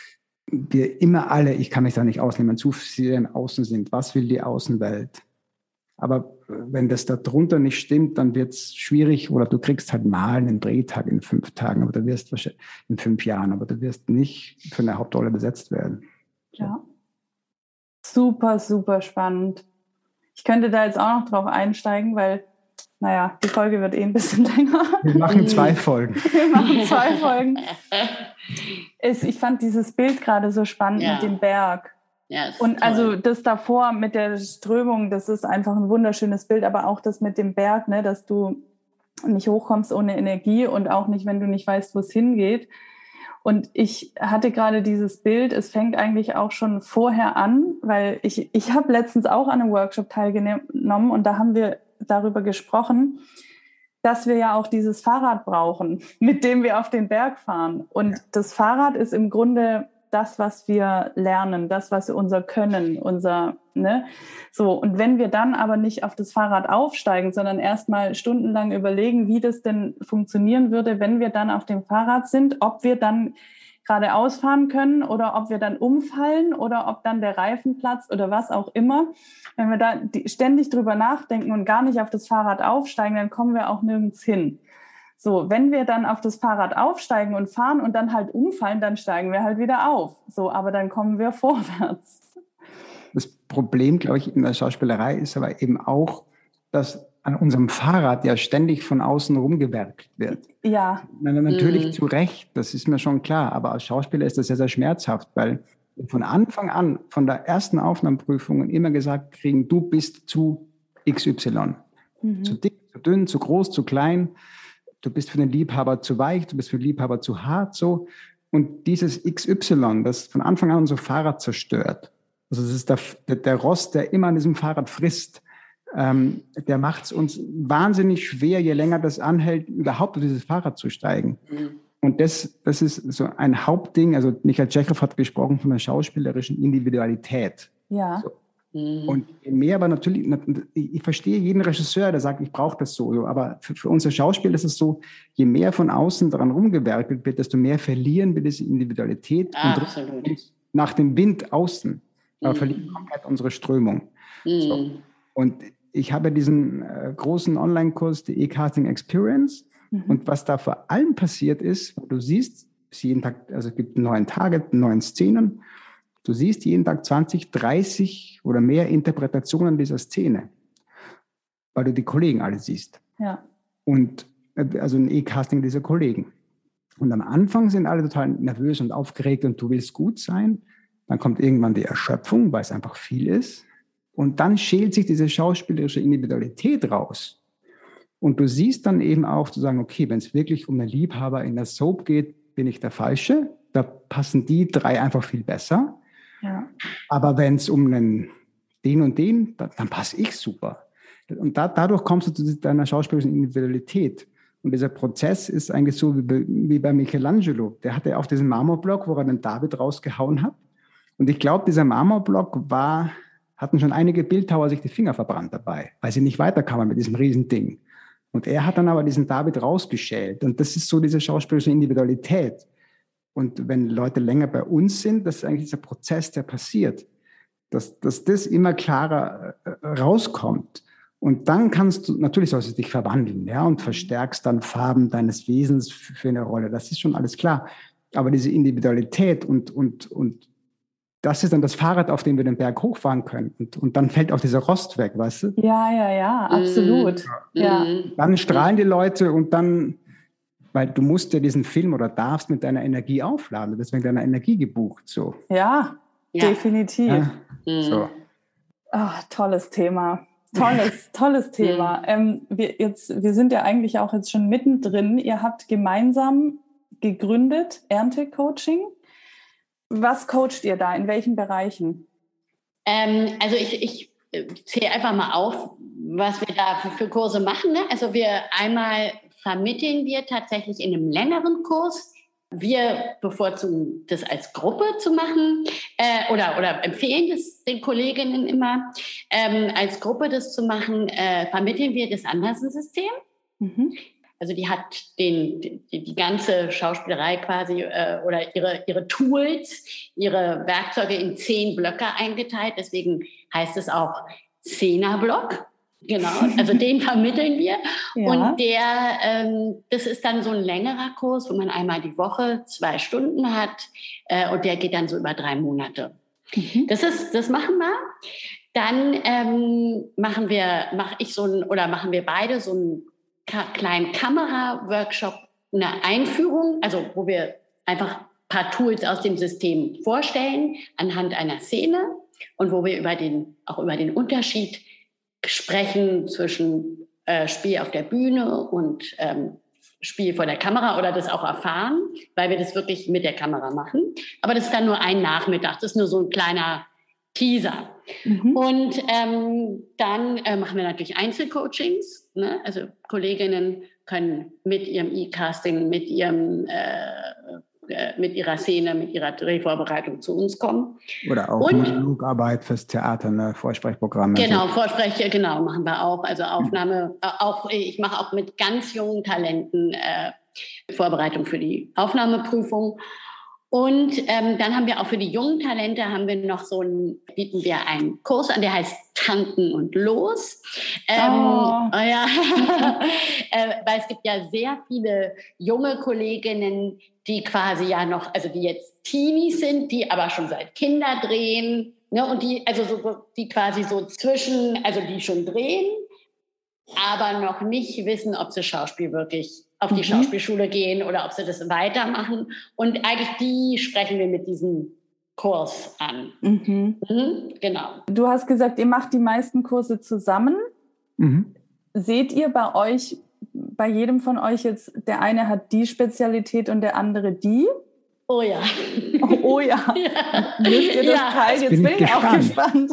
wir immer alle, ich kann mich da nicht ausnehmen, zu sehr im Außen sind. Was will die Außenwelt? Aber wenn das da drunter nicht stimmt, dann wird es schwierig oder du kriegst halt mal einen Drehtag in fünf Tagen, aber du wirst wahrscheinlich in fünf Jahren, aber du wirst nicht für eine Hauptrolle besetzt werden. So. Ja. Super, super spannend. Ich könnte da jetzt auch noch drauf einsteigen, weil, naja, die Folge wird eh ein bisschen länger. Wir machen zwei Folgen. Wir machen zwei Folgen. Ich fand dieses Bild gerade so spannend ja. mit dem Berg. Ja, und toll. Also das davor mit der Strömung, das ist einfach ein wunderschönes Bild, aber auch das mit dem Berg, ne, dass du nicht hochkommst ohne Energie und auch nicht, wenn du nicht weißt, wo es hingeht. Und ich hatte gerade dieses Bild, es fängt eigentlich auch schon vorher an, weil ich, ich habe letztens auch an einem Workshop teilgenommen und da haben wir darüber gesprochen, dass wir ja auch dieses Fahrrad brauchen, mit dem wir auf den Berg fahren. Und ja. das Fahrrad ist im Grunde das, was wir lernen, das, was unser Können, unser, ne, so. Und wenn wir dann aber nicht auf das Fahrrad aufsteigen, sondern erstmal stundenlang überlegen, wie das denn funktionieren würde, wenn wir dann auf dem Fahrrad sind, ob wir dann geradeaus fahren können oder ob wir dann umfallen oder ob dann der Reifen platzt oder was auch immer. Wenn wir da ständig drüber nachdenken und gar nicht auf das Fahrrad aufsteigen, dann kommen wir auch nirgends hin. So, wenn wir dann auf das Fahrrad aufsteigen und fahren und dann halt umfallen, dann steigen wir halt wieder auf. So, aber dann kommen wir vorwärts. Das Problem, glaube ich, in der Schauspielerei ist aber eben auch, dass an unserem Fahrrad ja ständig von außen rumgewerkelt wird. Ja. Na, natürlich mhm. zu Recht, das ist mir schon klar, aber als Schauspieler ist das sehr, sehr schmerzhaft, weil wir von Anfang an, von der ersten Aufnahmeprüfung immer gesagt kriegen, du bist zu X Y. Mhm. Zu dick, zu dünn, zu groß, zu klein. Du bist für den Liebhaber zu weich, du bist für den Liebhaber zu hart, so. Und dieses X Y, das von Anfang an unser Fahrrad zerstört, also das ist der, der, der Rost, der immer an diesem Fahrrad frisst, ähm, der macht es uns wahnsinnig schwer, je länger das anhält, überhaupt auf dieses Fahrrad zu steigen. Mhm. Und das, das ist so ein Hauptding. Also Michael Tschechow hat gesprochen von der schauspielerischen Individualität. Ja. So. Und mehr, aber natürlich, ich verstehe jeden Regisseur, der sagt, ich brauche das so. Aber für, für unser Schauspiel ist es so, je mehr von außen daran rumgewerkelt wird, desto mehr verlieren wir diese Individualität Absolut. und uns nach dem Wind außen. Aber mm. verlieren komplett unsere Strömung. Mm. So. Und ich habe diesen äh, großen Online-Kurs, die E-Casting Experience. Mhm. Und was da vor allem passiert ist, du siehst, es jeden Tag, also es gibt einen neuen Target, neuen Szenen. Du siehst jeden Tag zwanzig, dreißig oder mehr Interpretationen dieser Szene, weil du die Kollegen alle siehst. Ja. Und also ein E-Casting dieser Kollegen. Und am Anfang sind alle total nervös und aufgeregt und du willst gut sein. Dann kommt irgendwann die Erschöpfung, weil es einfach viel ist. Und dann schält sich diese schauspielerische Individualität raus. Und du siehst dann eben auch zu sagen, okay, wenn es wirklich um einen Liebhaber in der Soap geht, bin ich der Falsche. Da passen die drei einfach viel besser. Ja. Aber wenn es um einen, den und den, dann, dann passe ich super. Und da, dadurch kommst du zu deiner schauspielerischen Individualität. Und dieser Prozess ist eigentlich so wie bei, wie bei Michelangelo. Der hatte auch diesen Marmorblock, wo er den David rausgehauen hat. Und ich glaube, dieser Marmorblock war, hatten schon einige Bildhauer sich die Finger verbrannt dabei, weil sie nicht weiterkamen mit diesem Riesending. Und er hat dann aber diesen David rausgeschält. Und das ist so diese schauspielerische Individualität. Und wenn Leute länger bei uns sind, das ist eigentlich dieser Prozess, der passiert, dass, dass das immer klarer äh, rauskommt. Und dann kannst du, natürlich sollst du dich verwandeln, ja, und verstärkst dann Farben deines Wesens für, für eine Rolle. Das ist schon alles klar. Aber diese Individualität und, und, und das ist dann das Fahrrad, auf dem wir den Berg hochfahren können. Und, und dann fällt auch dieser Rost weg, weißt du? Ja, ja, ja, absolut. Mm. Ja. Dann strahlen die Leute und dann... Weil du musst ja diesen Film oder darfst mit deiner Energie aufladen. Deswegen deiner Energie gebucht. So. Ja, ja, definitiv. Ja, mhm. so. Oh, tolles Thema. Tolles, tolles Thema. Mhm. Ähm, wir, jetzt, wir sind ja eigentlich auch jetzt schon mittendrin. Ihr habt gemeinsam gegründet Ernte-Coaching. Was coacht ihr da? In welchen Bereichen? Ähm, also ich, ich zähle einfach mal auf, was wir da für, für Kurse machen. Ne? Also wir einmal... vermitteln wir tatsächlich in einem längeren Kurs. Wir bevorzugen das als Gruppe zu machen äh, oder, oder empfehlen das den Kolleginnen immer, ähm, als Gruppe das zu machen, äh, vermitteln wir das Andersen-System. Mhm. Also die hat den, die, die ganze Schauspielerei quasi äh, oder ihre, ihre Tools, ihre Werkzeuge in zehn Blöcke eingeteilt. Deswegen heißt es auch Zehner-Block. Genau, also den vermitteln wir. Ja. Und der, ähm, das ist dann so ein längerer Kurs, wo man einmal die Woche zwei Stunden hat äh, und der geht dann so über drei Monate. Mhm. Das ist, das machen wir. Dann ähm, machen wir, mache ich so ein, oder machen wir beide so einen ka- kleinen Kamera-Workshop, eine Einführung, also wo wir einfach ein paar Tools aus dem System vorstellen anhand einer Szene und wo wir über den, auch über den Unterschied sprechen zwischen äh, Spiel auf der Bühne und ähm, Spiel vor der Kamera oder das auch erfahren, weil wir das wirklich mit der Kamera machen. Aber das ist dann nur ein Nachmittag, das ist nur so ein kleiner Teaser. Mhm. Und ähm, dann äh, machen wir natürlich Einzelcoachings. Ne? Also Kolleginnen können mit ihrem E-Casting, mit ihrem äh, mit ihrer Szene, mit ihrer Drehvorbereitung zu uns kommen. Oder auch und, Monologarbeit fürs Theater, ne? Vorsprechprogramme. Genau, Vorspreche, genau, machen wir auch. Also Aufnahme, mhm. auch ich mache auch mit ganz jungen Talenten äh, Vorbereitung für die Aufnahmeprüfung. Und ähm, dann haben wir auch für die jungen Talente haben wir noch so ein, bieten wir einen Kurs an, der heißt Tanken und Los. Ähm, oh. Oh ja. äh, weil es gibt ja sehr viele junge Kolleginnen, die quasi ja noch, also die jetzt Teenies sind, die aber schon seit Kinder drehen, ne, und die, also so, die quasi so zwischen, also die schon drehen, aber noch nicht wissen, ob sie Schauspiel wirklich auf die mhm. Schauspielschule gehen oder ob sie das weitermachen. Und eigentlich die sprechen wir mit diesem Kurs an. Mhm. Mhm, genau. Du hast gesagt, ihr macht die meisten Kurse zusammen. Mhm. Seht ihr bei euch, bei jedem von euch jetzt, der eine hat die Spezialität und der andere die? Oh ja. Oh, oh ja. ja. Müsst ihr das ja. teilen? Jetzt bin, bin ich, ich auch gespannt.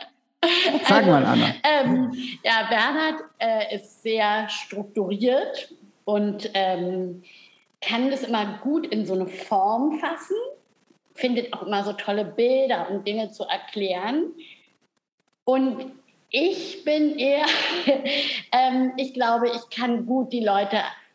Sag mal, Anna. Ähm, ja, Bernhard äh, ist sehr strukturiert und ähm, kann das immer gut in so eine Form fassen, findet auch immer so tolle Bilder, um Dinge zu erklären. Und ich bin eher, ähm, ich glaube, ich kann gut die Leute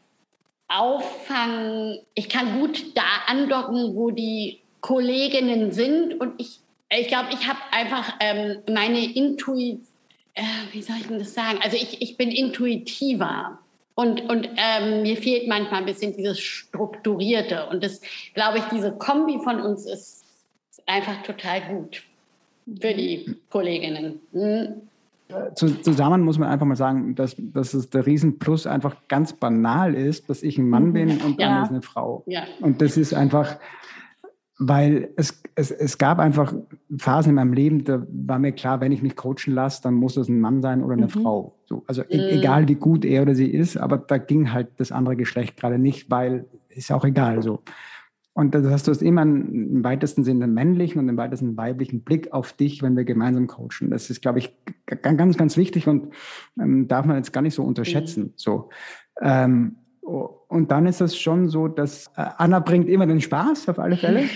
auffangen. Ich kann gut da andocken, wo die Kolleginnen sind. Und ich, ich glaube, ich habe einfach ähm, meine Intuition, äh, wie soll ich denn das sagen? Also ich, ich bin intuitiver. Und, und ähm, mir fehlt manchmal ein bisschen dieses Strukturierte. Und das, glaube ich, diese Kombi von uns ist einfach total gut für die Kolleginnen. Hm? Zusammen muss man einfach mal sagen, dass, dass es der Riesenplus einfach ganz banal ist, dass ich ein Mann bin und Ja. Anne ist eine Frau. Ja. Und das ist einfach, weil es, es, es gab einfach Phasen in meinem Leben, da war mir klar, wenn ich mich coachen lasse, dann muss es ein Mann sein oder eine mhm. Frau. So, also e- Mhm. egal wie gut er oder sie ist, aber da ging halt das andere Geschlecht gerade nicht, weil ist auch egal so. Und das heißt, du hast immer einen, im weitesten Sinne einen männlichen und im weitesten weiblichen Blick auf dich, wenn wir gemeinsam coachen. Das ist, glaube ich, g- ganz, ganz wichtig und ähm, darf man jetzt gar nicht so unterschätzen. Mhm. So. Ähm, und dann ist es schon so, dass äh, Anna bringt immer den Spaß, auf alle Fälle.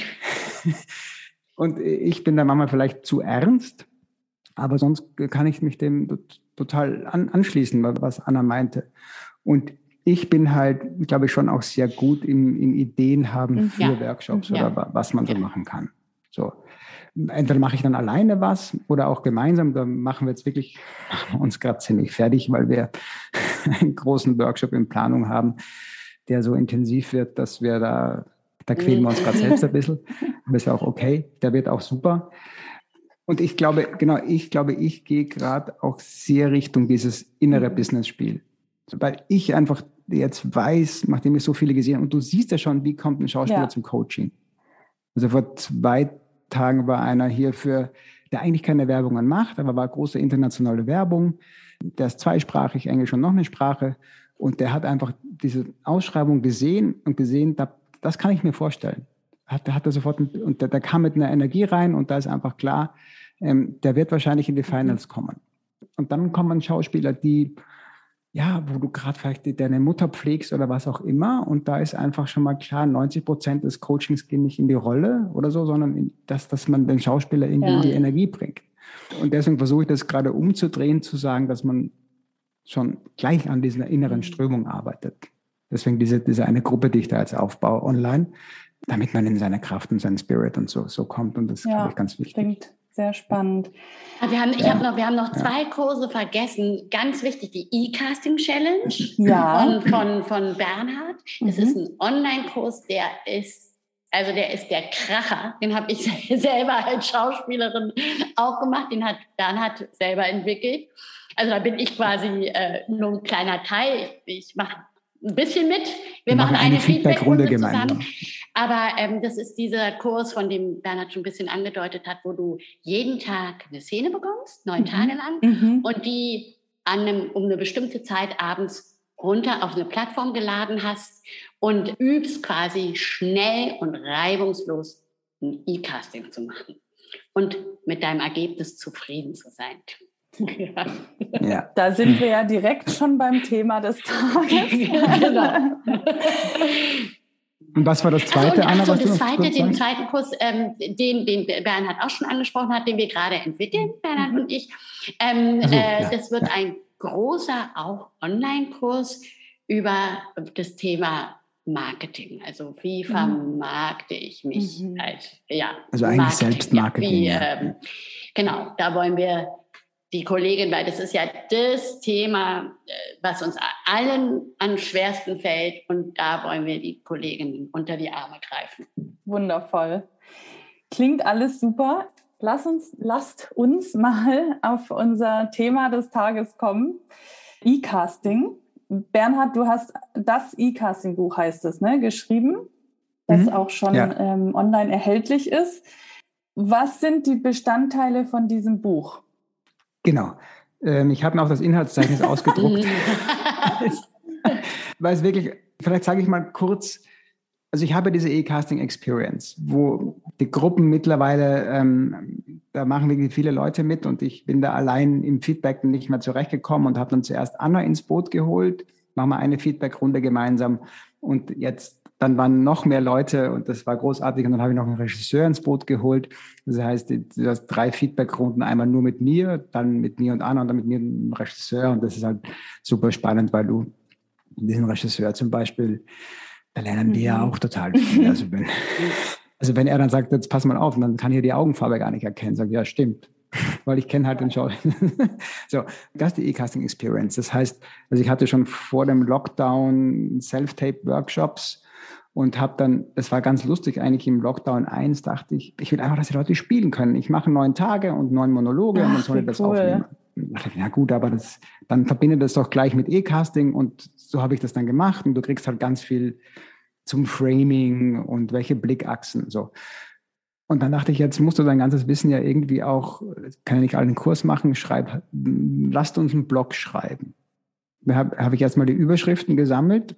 Und ich bin der Mama vielleicht zu ernst, aber sonst kann ich mich dem total an, anschließen, was Anna meinte. Und ich bin halt, glaube ich, schon auch sehr gut im, im Ideen haben für ja. Workshops ja. oder was man so ja. machen kann. So. Entweder mache ich dann alleine was oder auch gemeinsam. Da machen wir jetzt wirklich machen wir uns gerade ziemlich fertig, weil wir einen großen Workshop in Planung haben, der so intensiv wird, dass wir da, da quälen wir uns gerade selbst ein bisschen. Aber ist ja auch okay. Der wird auch super. Und ich glaube, genau, ich glaube, ich gehe gerade auch sehr Richtung dieses innere mhm. Business-Spiel. Weil ich einfach jetzt weiß, nachdem ich so viele gesehen habe, und du siehst ja schon, wie kommt ein Schauspieler ja. zum Coaching. Also vor zwei Tagen war einer hier für, der eigentlich keine Werbungen macht, aber war große internationale Werbung. Der ist zweisprachig, Englisch und noch eine Sprache. Und der hat einfach diese Ausschreibung gesehen und gesehen, da, das kann ich mir vorstellen. Hat, hat er sofort, und der, der kam mit einer Energie rein und da ist einfach klar, ähm, der wird wahrscheinlich in die Finals mhm. kommen. Und dann kommen Schauspieler, die ja, wo du gerade vielleicht deine Mutter pflegst oder was auch immer. Und da ist einfach schon mal klar, neunzig Prozent des Coachings gehen nicht in die Rolle oder so, sondern in das, dass man den Schauspieler irgendwie ja. in die Energie bringt. Und deswegen versuche ich das gerade umzudrehen, zu sagen, dass man schon gleich an dieser inneren Strömung arbeitet. Deswegen diese, diese eine Gruppe, die ich da jetzt aufbaue online, damit man in seine Kraft und seinen Spirit und so, so kommt. Und das ist, ja, glaube ich, ganz wichtig. Klingt sehr spannend. Wir haben, ich ja. hab noch, wir haben noch zwei ja. Kurse vergessen. Ganz wichtig, die E-Casting-Challenge ja. von, von, von Bernhard. Das mhm. ist ein Online-Kurs, der ist, also der ist der Kracher. Den habe ich selber als Schauspielerin auch gemacht. Den hat Bernhard selber entwickelt. Also da bin ich quasi äh, nur ein kleiner Teil. Ich mache ein bisschen mit. Wir, Wir machen, machen eine, eine Feedback-Runde Feedback zusammen. Aber ähm, das ist dieser Kurs, von dem Bernhard schon ein bisschen angedeutet hat, wo du jeden Tag eine Szene bekommst, neun mhm. Tage lang, mhm. und die an einem, um eine bestimmte Zeit abends runter auf eine Plattform geladen hast und übst quasi schnell und reibungslos ein E-Casting zu machen und mit deinem Ergebnis zufrieden zu sein. Ja. Ja. Da sind wir ja direkt schon beim Thema des Tages. Ja, genau. Und was war das zweite, Anna? Also, was das zweite, den zweiten Kurs, ähm, den, den Bernhard auch schon angesprochen hat, den wir gerade entwickeln, Bernhard mhm. und ich. Ähm, so, äh, ja, das wird ja. ein großer, auch Online-Kurs über das Thema Marketing. Also wie vermarkte ich mich mhm. als, ja. Also eigentlich Marketing, Selbstmarketing. Ja, wie, ähm, genau, da wollen wir die Kollegin, weil das ist ja das Thema, was uns allen am schwersten fällt, und da wollen wir die Kolleginnen unter die Arme greifen. Wundervoll. Klingt alles super. Lass uns, lasst uns mal auf unser Thema des Tages kommen. E-Casting. Bernhard, du hast das E-Casting-Buch, heißt es, ne, geschrieben, das mhm. auch schon ja. ähm, online erhältlich ist. Was sind die Bestandteile von diesem Buch? Genau. Ähm, ich habe mir auch das Inhaltsverzeichnis ausgedruckt. Weil es wirklich, vielleicht sage ich mal kurz, also ich habe diese E-Casting-Experience, wo die Gruppen mittlerweile, ähm, da machen wirklich viele Leute mit, und ich bin da allein im Feedback nicht mehr zurechtgekommen und habe dann zuerst Anna ins Boot geholt, machen wir eine Feedback-Runde gemeinsam, und jetzt dann waren noch mehr Leute und das war großartig. Und dann habe ich noch einen Regisseur ins Boot geholt. Das heißt, du hast drei Feedback-Runden, einmal nur mit mir, dann mit mir und Anna und dann mit mir und dem Regisseur. Und das ist halt super spannend, weil du diesen Regisseur zum Beispiel, da lernen wir ja auch total viel. Also wenn, also wenn er dann sagt, jetzt pass mal auf, und dann kann ich die Augenfarbe gar nicht erkennen. Sag ja, stimmt. Weil ich kenne halt den Schauspieler. So, das ist die E-Casting Experience. Das heißt, also ich hatte schon vor dem Lockdown Self-Tape-Workshops und habe dann, das war ganz lustig, eigentlich im Lockdown eins dachte ich, ich will einfach, dass die Leute spielen können. Ich mache neun Tage und neun Monologe. Ach, und dann soll ich das cool. aufnehmen. Ja gut, aber das, dann verbinde das doch gleich mit E-Casting und so habe ich das dann gemacht und du kriegst halt ganz viel zum Framing und welche Blickachsen, so. Und dann dachte ich, jetzt musst du dein ganzes Wissen ja irgendwie auch, kann ja nicht alle einen Kurs machen, schreib, lasst uns einen Blog schreiben. Da habe hab ich erstmal die Überschriften gesammelt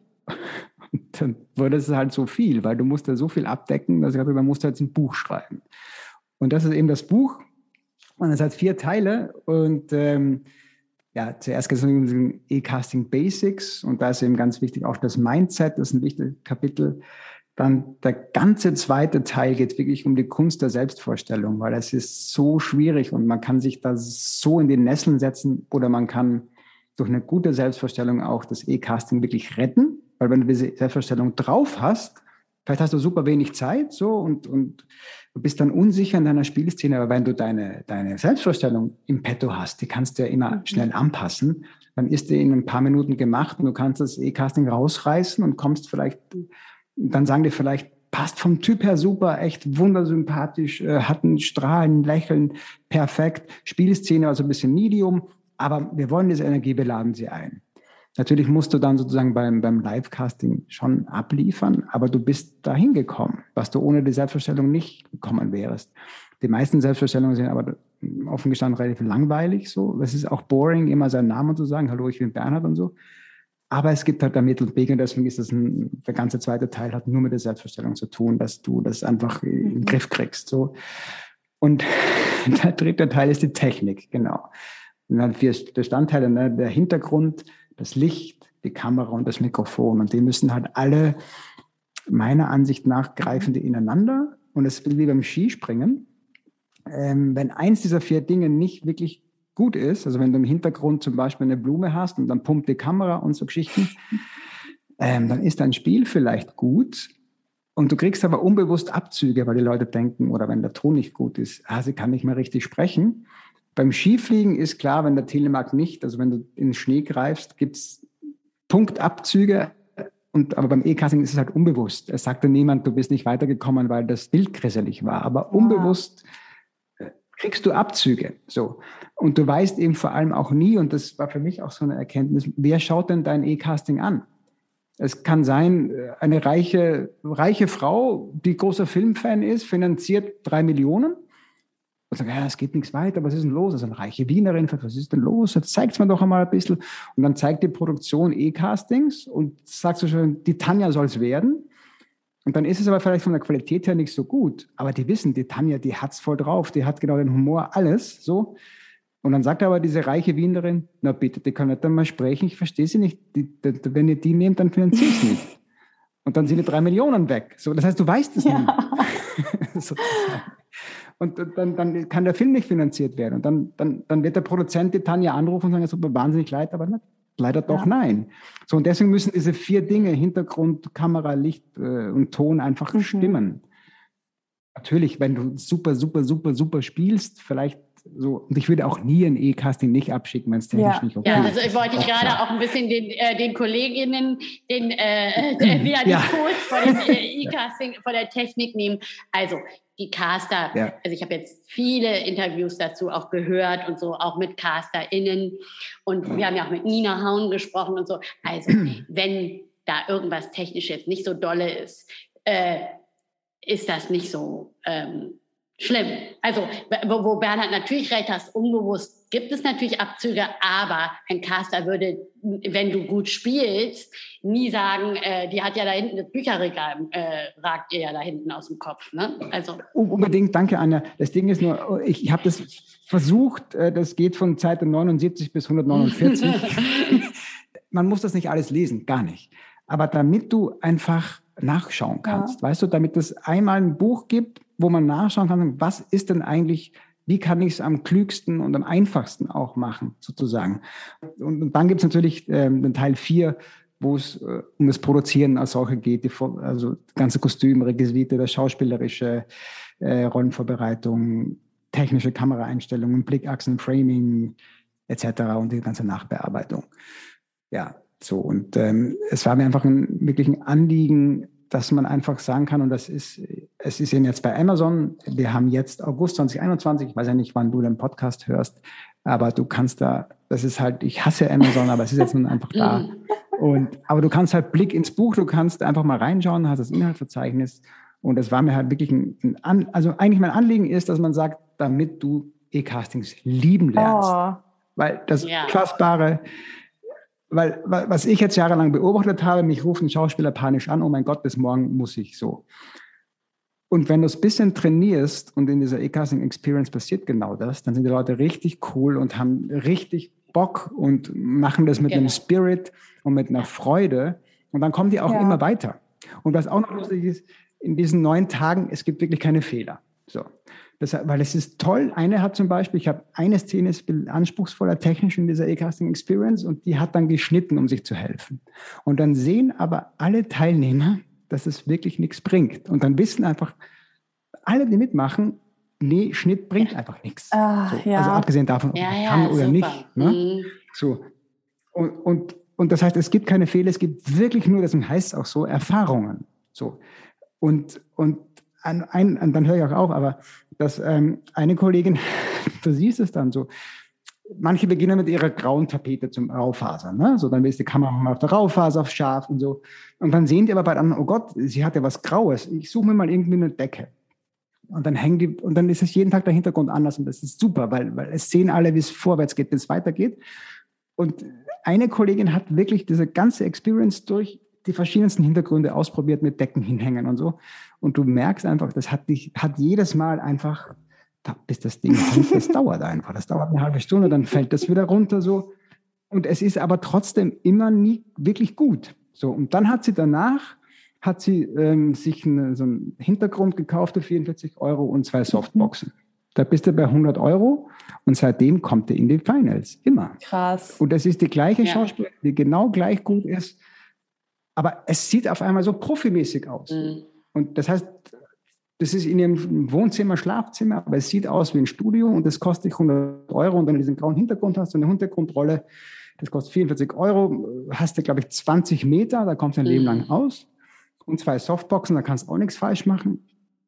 und dann wurde es halt so viel, weil du musst da so viel abdecken, dass ich dachte, man muss da jetzt ein Buch schreiben. Und das ist eben das Buch und das hat vier Teile und ähm, ja, zuerst geht es um den E-Casting Basics und da ist eben ganz wichtig auch das Mindset, das ist ein wichtiges Kapitel. Dann der ganze zweite Teil geht wirklich um die Kunst der Selbstvorstellung, weil es ist so schwierig und man kann sich da so in die Nesseln setzen oder man kann durch eine gute Selbstvorstellung auch das E-Casting wirklich retten, weil wenn du diese Selbstvorstellung drauf hast, vielleicht hast du super wenig Zeit so und, und du bist dann unsicher in deiner Spielszene, aber wenn du deine, deine Selbstvorstellung im Petto hast, die kannst du ja immer schnell anpassen, dann ist die in ein paar Minuten gemacht und du kannst das E-Casting rausreißen und kommst vielleicht... Dann sagen die vielleicht, passt vom Typ her super, echt wundersympathisch, äh, hat ein Strahlen, Lächeln, perfekt, Spielszene, also ein bisschen Medium, aber wir wollen diese Energie, wir laden sie ein. Natürlich musst du dann sozusagen beim, beim Live-Casting schon abliefern, aber du bist dahin gekommen, was du ohne die Selbstvorstellung nicht gekommen wärst. Die meisten Selbstvorstellungen sind aber offen gestanden relativ langweilig, so. Es ist auch boring, immer seinen Namen zu sagen, hallo, ich bin Bernhard und so. Aber es gibt halt da Mittel und Wege und deswegen ist das ein, der ganze zweite Teil hat nur mit der Selbstvorstellung zu tun, dass du das einfach in den Griff kriegst. So. Und der dritte Teil ist die Technik, genau. Und dann vier Bestandteile, ne? Der Hintergrund, das Licht, die Kamera und das Mikrofon. Und die müssen halt alle, meiner Ansicht nach, greifen die ineinander. Und es ist wie beim Skispringen. Ähm, wenn eins dieser vier Dinge nicht wirklich gut ist, also wenn du im Hintergrund zum Beispiel eine Blume hast und dann pumpt die Kamera und so Geschichten, ähm, dann ist dein Spiel vielleicht gut und du kriegst aber unbewusst Abzüge, weil die Leute denken, oder wenn der Ton nicht gut ist, ah, sie kann nicht mehr richtig sprechen. Beim Skifliegen ist klar, wenn der Telemark nicht, also wenn du in den Schnee greifst, gibt es Punktabzüge, und, aber beim E-Casting ist es halt unbewusst. Es sagt dir niemand, du bist nicht weitergekommen, weil das Bild grisselig war, aber ja. unbewusst kriegst du Abzüge. So. Und du weißt eben vor allem auch nie, und das war für mich auch so eine Erkenntnis, wer schaut denn dein E-Casting an? Es kann sein, eine reiche, reiche Frau, die großer Filmfan ist, finanziert drei Millionen und sagt, ja, es geht nichts weiter, was ist denn los? Also eine reiche Wienerin, was ist denn los? Jetzt zeigt es mir doch einmal ein bisschen. Und dann zeigt die Produktion E-Castings und sagst du schon, die Tanja soll es werden. Und dann ist es aber vielleicht von der Qualität her nicht so gut. Aber die wissen, die Tanja, die hat's voll drauf, die hat genau den Humor, alles so. Und dann sagt aber diese reiche Wienerin, na bitte, die kann nicht einmal sprechen, ich verstehe sie nicht. Die, die, wenn ihr die nehmt, dann finanziert es nicht. Und dann sind die drei Millionen weg. So, das heißt, du weißt es ja. nicht. so. Und dann, dann kann der Film nicht finanziert werden. Und dann, dann, dann wird der Produzent die Tanja anrufen und sagen, es tut mir wahnsinnig leid, aber nicht. Leider doch ja. nein. So, und deswegen müssen diese vier Dinge, Hintergrund, Kamera, Licht äh, und Ton einfach mhm. stimmen. Natürlich, wenn du super, super, super, super spielst, vielleicht so, und ich würde auch nie ein E-Casting nicht abschicken, wenn es technisch ja. nicht okay ist. Ja, ist. also ich wollte ich gerade auch ein bisschen den, äh, den Kolleginnen, den, äh, äh, ja, den Kurs vor dem äh, E-Casting, vor der Technik nehmen. Also, die Caster, ja. also ich habe jetzt viele Interviews dazu auch gehört und so, auch mit CasterInnen und wir haben ja auch mit Nina Haun gesprochen und so. Also wenn da irgendwas technisch jetzt nicht so dolle ist, äh, ist das nicht so ähm, schlimm. Also wo, wo Bernhard natürlich recht hast, unbewusst gibt es natürlich Abzüge, aber ein Caster würde, wenn du gut spielst, nie sagen, äh, die hat ja da hinten das Bücherregal, äh, ragt ihr ja da hinten aus dem Kopf. Ne? Also unbedingt, danke Anja. Das Ding ist nur, ich, ich habe das versucht, äh, das geht von Seite neunundsiebzig bis hundertneunundvierzig. Man muss das nicht alles lesen, gar nicht. Aber damit du einfach nachschauen kannst. Ja. Weißt du, damit es einmal ein Buch gibt, wo man nachschauen kann, was ist denn eigentlich, wie kann ich es am klügsten und am einfachsten auch machen, sozusagen. Und, und dann gibt es natürlich ähm, den Teil vier, wo es äh, um das Produzieren als solche geht, die, also ganze Kostüm, Requisite, das schauspielerische, äh, Rollenvorbereitung, technische Kameraeinstellungen, Blickachsen, Framing et cetera und die ganze Nachbearbeitung. Ja, so. Und ähm, es war mir einfach ein, wirklich ein Anliegen, dass man einfach sagen kann, und das ist, es ist eben jetzt bei Amazon, wir haben jetzt August zwanzig einundzwanzig, ich weiß ja nicht, wann du den Podcast hörst, aber du kannst da, das ist halt, ich hasse Amazon, aber es ist jetzt nun einfach da. Und, aber du kannst halt Blick ins Buch, du kannst einfach mal reinschauen, hast das Inhaltsverzeichnis. Und das war mir halt wirklich ein, ein An, also eigentlich mein Anliegen ist, dass man sagt, damit du E-Castings lieben lernst. Oh. Weil das ja. Fassbare, weil was ich jetzt jahrelang beobachtet habe, mich ruft ein Schauspieler panisch an, oh mein Gott, bis morgen muss ich so. Und wenn du es ein bisschen trainierst und in dieser E-Casting-Experience passiert genau das, dann sind die Leute richtig cool und haben richtig Bock und machen das mit genau. einem Spirit und mit einer Freude. Und dann kommen die auch ja. immer weiter. Und was auch noch lustig ist, in diesen neun Tagen, es gibt wirklich keine Fehler. So. Das, weil es ist toll. Eine hat zum Beispiel, ich habe eine Szene, ist anspruchsvoller technisch in dieser E-Casting-Experience und die hat dann geschnitten, um sich zu helfen. Und dann sehen aber alle Teilnehmer, dass es wirklich nichts bringt. Und dann wissen einfach alle, die mitmachen, nee, Schnitt bringt einfach nichts. Ah, so, ja. Also abgesehen davon, ob ja, man kann ja, oder super. nicht. Ne? Mhm. So. Und, und, und das heißt, es gibt keine Fehler, es gibt wirklich nur, deswegen heißt es auch so, Erfahrungen. So. Und, und an, ein, an, dann höre ich auch auf, aber dass ähm, eine Kollegin, du siehst es dann so, manche beginnen mit ihrer grauen Tapete zum Raufaser. Ne? So, dann ist die Kamera mal auf der Raufaser, auf scharf und so. Und dann sehen die aber bei anderen, oh Gott, sie hat ja was Graues. Ich suche mir mal irgendwie eine Decke. Und dann hängen die, und dann ist es jeden Tag der Hintergrund anders und das ist super, weil, weil es sehen alle, wie es vorwärts geht, wie es weitergeht. Und eine Kollegin hat wirklich diese ganze Experience durch die verschiedensten Hintergründe ausprobiert mit Decken hinhängen und so. Und du merkst einfach, das hat dich, hat jedes Mal einfach, bis das Ding hängt, das dauert einfach. Das dauert eine halbe Stunde, dann fällt das wieder runter so. Und es ist aber trotzdem immer nie wirklich gut. So, und dann hat sie danach, hat sie ähm, sich eine, so einen Hintergrund gekauft für vierundvierzig Euro und zwei Softboxen. Da bist du bei hundert Euro und seitdem kommt er in die Finals. Immer. Krass. Und das ist die gleiche ja. Schauspielerin, die genau gleich gut ist. Aber es sieht auf einmal so profimäßig aus. Mhm. Und das heißt, das ist in ihrem Wohnzimmer, Schlafzimmer, aber es sieht aus wie ein Studio und das kostet hundert Euro. Und wenn du diesen grauen Hintergrund hast, so eine Hintergrundrolle, das kostet vierundvierzig Euro, hast du, glaube ich, zwanzig Meter, da kommst du ein mhm. Leben lang aus. Und zwei Softboxen, da kannst du auch nichts falsch machen.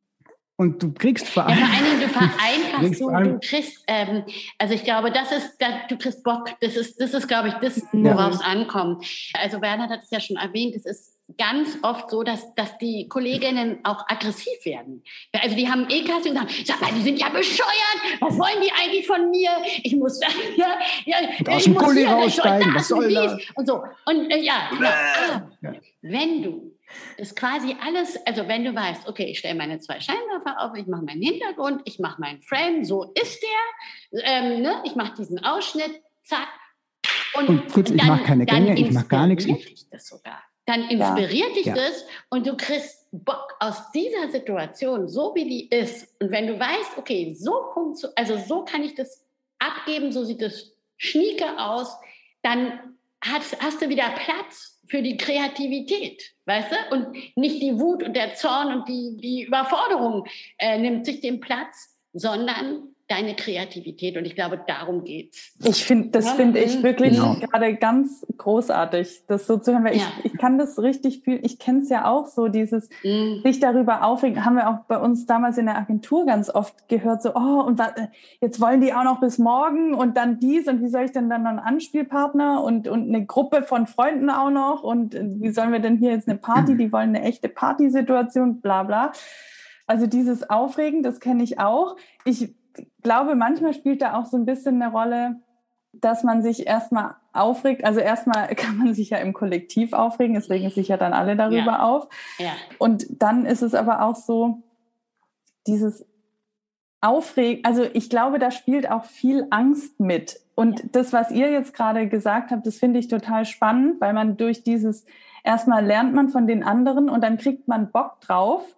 Und du kriegst vor allem... Ja, vor allen Dingen, du vereinfachst, du, du kriegst, ähm, also ich glaube, das ist, du kriegst Bock, das ist, das ist, glaube ich, das, worauf es ja. ankommt. Also Bernhard hat es ja schon erwähnt, es ist ganz oft so, dass, dass die Kolleginnen auch aggressiv werden. Also die haben E-Casting und sagen, sag mal, die sind ja bescheuert, was wollen die eigentlich von mir? Ich muss ja, ja, und aus dem Gully raussteigen, was soll das? Und so. Und äh, ja, ja, ja, wenn du das quasi alles, also wenn du weißt, okay, ich stelle meine zwei Scheinwerfer auf, ich mache meinen Hintergrund, ich mache meinen Frame, so ist der, ähm, ne? Ich mache diesen Ausschnitt, zack. Und, und kurz, ich mache keine Gänge, ich mache gar nichts. Ich das sogar. Dann inspiriert ja. dich ja. das und du kriegst Bock aus dieser Situation, so wie die ist. Und wenn du weißt, okay, so, also so kann ich das abgeben, so sieht das schnieke aus, dann hast, hast du wieder Platz für die Kreativität, weißt du? Und nicht die Wut und der Zorn und die, die Überforderung äh, nimmt sich den Platz, sondern deine Kreativität. Und ich glaube, darum geht's. Ich finde, das ja. finde ich wirklich genau. gerade ganz großartig, das so zu hören, weil ja. ich, ich kann das richtig fühlen. Ich kenne es ja auch so, dieses mhm. sich darüber aufregen, haben wir auch bei uns damals in der Agentur ganz oft gehört, so, oh, und was, jetzt wollen die auch noch bis morgen und dann dies und wie soll ich denn dann noch einen Anspielpartner und, und eine Gruppe von Freunden auch noch und wie sollen wir denn hier jetzt eine Party, die wollen eine echte Partysituation, bla bla. Also dieses Aufregen, das kenne ich auch. Ich glaube, manchmal spielt da auch so ein bisschen eine Rolle, dass man sich erstmal aufregt. Also erstmal kann man sich ja im Kollektiv aufregen. Es regen sich ja dann alle darüber ja. auf. Ja. Und dann ist es aber auch so, dieses Aufregen, also ich glaube, da spielt auch viel Angst mit. Und ja. das, was ihr jetzt gerade gesagt habt, das finde ich total spannend, weil man durch dieses erstmal lernt man von den anderen und dann kriegt man Bock drauf.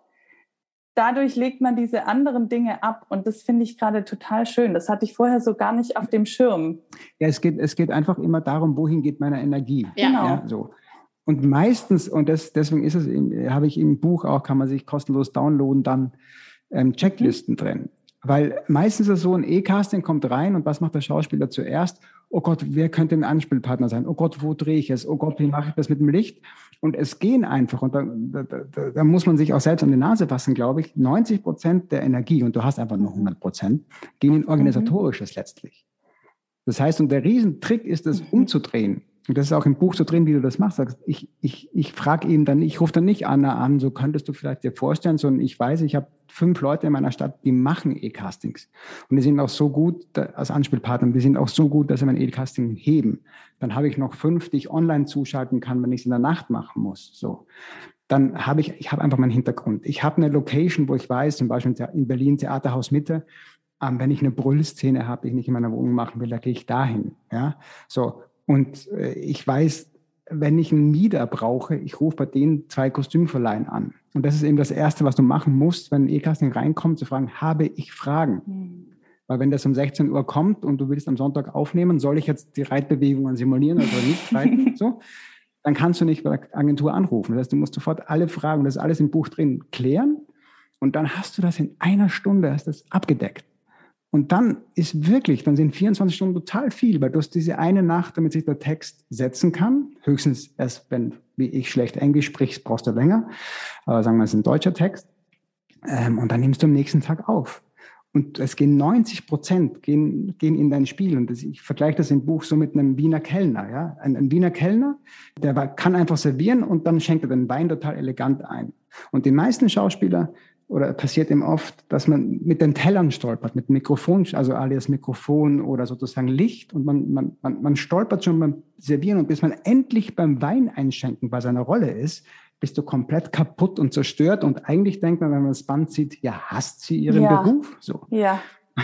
Dadurch legt man diese anderen Dinge ab und das finde ich gerade total schön. Das hatte ich vorher so gar nicht auf dem Schirm. Ja, es geht, es geht einfach immer darum, wohin geht meine Energie. Ja. Genau. Ja, so. Und meistens, und das, deswegen ist es, habe ich im Buch auch, kann man sich kostenlos downloaden, dann ähm, Checklisten mhm. drin. Weil meistens ist es so, ein E-Casting kommt rein und was macht der Schauspieler zuerst? Oh Gott, wer könnte ein Anspielpartner sein? Oh Gott, wo drehe ich es? Oh Gott, wie mache ich das mit dem Licht? Und es gehen einfach, und da, da, da, da muss man sich auch selbst an die Nase fassen, glaube ich, neunzig Prozent der Energie, und du hast einfach nur hundert Prozent, gehen in Organisatorisches mhm. letztlich. Das heißt, und der Riesentrick ist es, mhm. umzudrehen. Und das ist auch im Buch so drin, wie du das machst. Sagst, ich, ich, ich frage ihn dann, ich rufe dann nicht Anna an, so könntest du vielleicht dir vorstellen, sondern ich weiß, ich habe fünf Leute in meiner Stadt, die machen E-Castings. Und die sind auch so gut, da, als Anspielpartner, die sind auch so gut, dass sie mein E-Casting heben. Dann habe ich noch fünf, die ich online zuschalten kann, wenn ich es in der Nacht machen muss. So. Dann habe ich, ich habe einfach meinen Hintergrund. Ich habe eine Location, wo ich weiß, zum Beispiel in Berlin, Theaterhaus Mitte, ähm, wenn ich eine Brüllszene habe, die ich nicht in meiner Wohnung machen will, da gehe ich dahin. Ja, so. Und äh, ich weiß, wenn ich einen Mieder brauche, ich rufe bei denen zwei Kostümverleihen an. Und das ist eben das Erste, was du machen musst, wenn ein E-Casting reinkommt, zu fragen, habe ich Fragen? Mhm. Weil wenn das um sechzehn Uhr kommt und du willst am Sonntag aufnehmen, soll ich jetzt die Reitbewegungen simulieren oder nicht reiten? So, dann kannst du nicht bei der Agentur anrufen. Das heißt, du musst sofort alle Fragen, das ist alles im Buch drin, klären. Und dann hast du das in einer Stunde, hast das abgedeckt. Und dann ist wirklich, dann sind vierundzwanzig Stunden total viel, weil du hast diese eine Nacht, damit sich der Text setzen kann. Höchstens erst, wenn, wie ich, schlecht Englisch sprichst, brauchst du länger. Aber sagen wir, es ist ein deutscher Text. Ähm, und dann nimmst du am nächsten Tag auf. Und es gehen neunzig Prozent gehen, gehen in dein Spiel. Und das, ich vergleiche das im Buch so mit einem Wiener Kellner. Ja? Ein, ein Wiener Kellner, der kann einfach servieren und dann schenkt er den Wein total elegant ein. Und die meisten Schauspieler, oder passiert eben oft, dass man mit den Tellern stolpert, mit Mikrofon, also alias Mikrofon oder sozusagen Licht, und man, man, man, man stolpert schon beim Servieren, und bis man endlich beim Wein einschenken bei seiner Rolle ist, bist du komplett kaputt und zerstört, und eigentlich denkt man, wenn man das Band sieht, ja, hasst sie ihren ja. Beruf? So. Ja.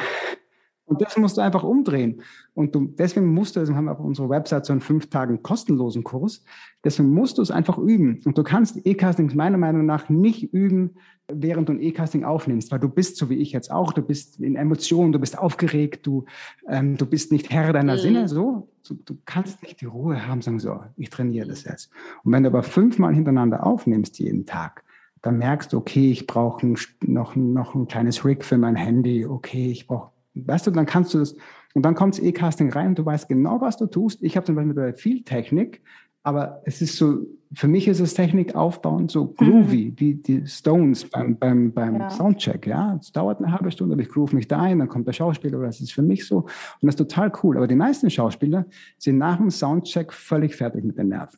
Und das musst du einfach umdrehen. Und du, deswegen musst du, also haben wir auf unserer Website so einen fünf Tagen kostenlosen Kurs, deswegen musst du es einfach üben. Und du kannst E-Castings meiner Meinung nach nicht üben, während du ein E-Casting aufnimmst, weil du bist, so wie ich jetzt auch, du bist in Emotionen, du bist aufgeregt, du, ähm, du bist nicht Herr deiner mhm. Sinne, so. Du, du kannst nicht die Ruhe haben, sagen so, ich trainiere das jetzt. Und wenn du aber fünfmal hintereinander aufnimmst jeden Tag, dann merkst du, okay, ich brauche noch, noch ein kleines Rig für mein Handy, okay, ich brauche, weißt du, dann kannst du das, und dann kommt das E-Casting rein und du weißt genau, was du tust. Ich habe zum Beispiel viel Technik, aber es ist so, für mich ist es Technik aufbauen, so groovy, mhm. wie die Stones beim, beim, beim ja. Soundcheck, ja. Es dauert eine halbe Stunde, aber ich groove mich da ein, dann kommt der Schauspieler, oder das ist für mich so. Und das ist total cool. Aber die meisten Schauspieler sind nach dem Soundcheck völlig fertig mit den Nerven.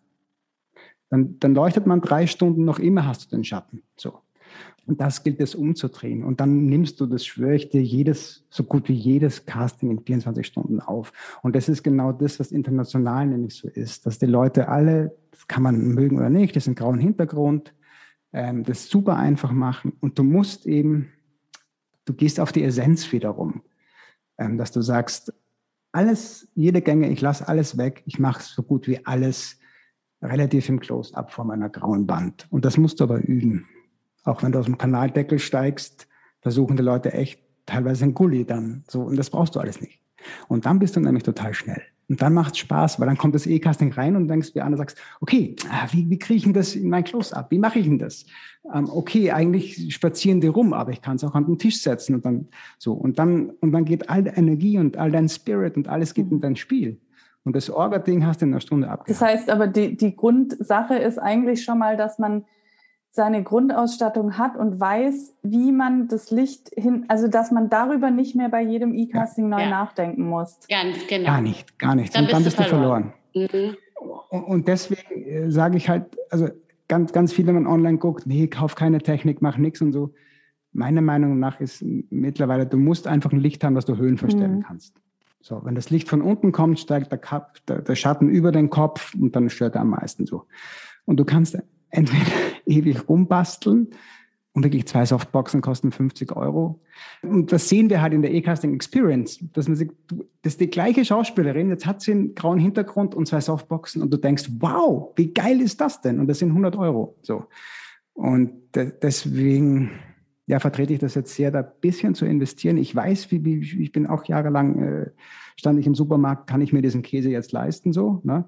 Dann, dann leuchtet man drei Stunden, noch immer hast du den Schatten, so. Und das gilt es umzudrehen. Und dann nimmst du, das schwöre ich dir, jedes, so gut wie jedes Casting in vierundzwanzig Stunden auf. Und das ist genau das, was international nämlich so ist, dass die Leute alle, das kann man mögen oder nicht, das ist ein grauen Hintergrund, ähm, das super einfach machen. Und du musst eben, du gehst auf die Essenz wiederum, ähm, dass du sagst, alles, jede Gänge, ich lasse alles weg, ich mache so gut wie alles relativ im Close-Up vor meiner grauen Wand. Und das musst du aber üben. Auch wenn du aus dem Kanaldeckel steigst, versuchen die Leute echt teilweise einen Gully dann so. Und das brauchst du alles nicht. Und dann bist du nämlich total schnell. Und dann macht es Spaß, weil dann kommt das E-Casting rein und denkst wie Anna, sagst, okay, wie, wie kriege ich denn das in mein Close-Up? Wie mache ich denn das? Ähm, okay, eigentlich spazieren die rum, aber ich kann es auch an den Tisch setzen und dann so. Und dann, und dann geht all die Energie und all dein Spirit und alles geht in dein Spiel. Und das Orga-Ding hast du in einer Stunde abgehakt. Das heißt aber, die, die Grundsache ist eigentlich schon mal, dass man seine Grundausstattung hat und weiß, wie man das Licht hin, also dass man darüber nicht mehr bei jedem E-Casting ja. neu ja. nachdenken muss. Ganz genau. Gar nicht, gar nicht. Dann und dann bist bist du verloren. verloren. Mhm. Und deswegen äh, sage ich halt, also ganz, ganz viel, wenn man online guckt, nee, kauf keine Technik, mach nichts und so. Meiner Meinung nach ist mittlerweile, du musst einfach ein Licht haben, das du Höhen verstellen mhm. kannst. So, wenn das Licht von unten kommt, steigt der, Kap, der, der Schatten über den Kopf und dann stört er am meisten so. Und du kannst entweder ewig rumbasteln Und wirklich zwei Softboxen kosten fünfzig Euro. Und das sehen wir halt in der E-Casting Experience, dass man sieht, das ist die gleiche Schauspielerin, jetzt hat sie einen grauen Hintergrund und zwei Softboxen und du denkst, wow, wie geil ist das denn? Und das sind hundert Euro. So. Und de- deswegen ja, vertrete ich das jetzt sehr, da ein bisschen zu investieren. Ich weiß, wie, wie ich bin auch jahrelang, äh, stand ich im Supermarkt, kann ich mir diesen Käse jetzt leisten, so, ne?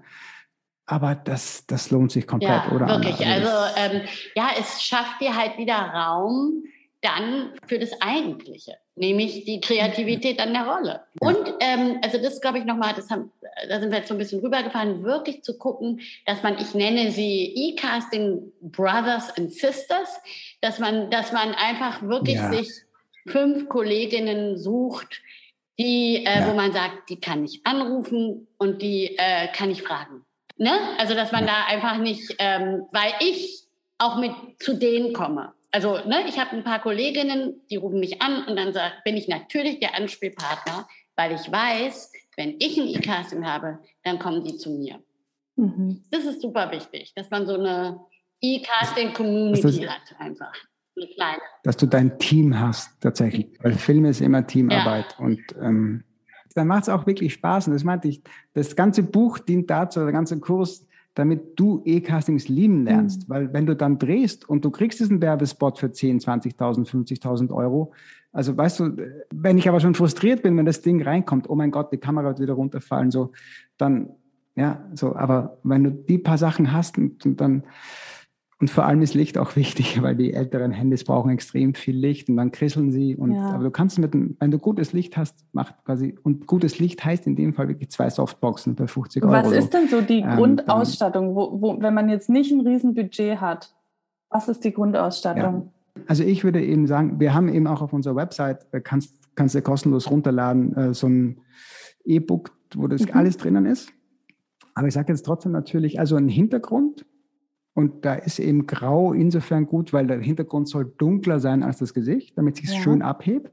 Aber das, das lohnt sich komplett, Ja, oder? wirklich. Also, Also ähm, ja, es schafft dir halt wieder Raum dann für das Eigentliche, nämlich die Kreativität an der Rolle. Ja. Und ähm, also das glaube ich nochmal, das haben, da sind wir jetzt so ein bisschen rübergefahren, wirklich zu gucken, dass man, ich nenne sie E-Casting Brothers and Sisters, dass man, dass man einfach wirklich Ja. sich fünf Kolleginnen sucht, die, äh, Ja. wo man sagt, die kann ich anrufen und die äh, kann ich fragen. Ne? Also, dass man Ja. da einfach nicht, ähm, weil ich auch mit zu denen komme. Also, ne, ich habe ein paar Kolleginnen, die rufen mich an und dann sag, bin ich natürlich der Anspielpartner, weil ich weiß, wenn ich ein E-Casting habe, dann kommen die zu mir. Mhm. Das ist super wichtig, dass man so eine E-Casting-Community Das- hat einfach. Eine kleine. dass du dein Team hast, tatsächlich. Weil Film ist immer Teamarbeit. Und ähm, dann macht es auch wirklich Spaß. Und das meinte ich, das ganze Buch dient dazu, der ganze Kurs, damit du E-Castings lieben lernst. Mhm. Weil wenn du dann drehst und du kriegst diesen Werbespot für zehn, zwanzigtausend, fünfzigtausend Euro, also weißt du, wenn ich aber schon frustriert bin, wenn das Ding reinkommt, oh mein Gott, die Kamera wird wieder runterfallen, so, dann, ja, so, aber wenn du die paar Sachen hast und, und dann, und vor allem ist Licht auch wichtig, weil die älteren Handys brauchen extrem viel Licht und dann krisseln sie. Und, Ja. aber du kannst mit dem, wenn du gutes Licht hast, macht quasi, und gutes Licht heißt in dem Fall wirklich zwei Softboxen für fünfzig Euro. Was ist denn so die Ähm, Grundausstattung, wo, wo, wenn man jetzt nicht ein Riesenbudget hat? Was ist die Grundausstattung? Also ich würde eben sagen, wir haben eben auch auf unserer Website, äh, kannst, kannst du kostenlos runterladen, äh, so ein E-Book, wo das Mhm. alles drinnen ist. Aber ich sage jetzt trotzdem natürlich, also ein Hintergrund. Und da ist eben grau insofern gut, weil der Hintergrund soll dunkler sein als das Gesicht, damit es sich Ja. schön abhebt.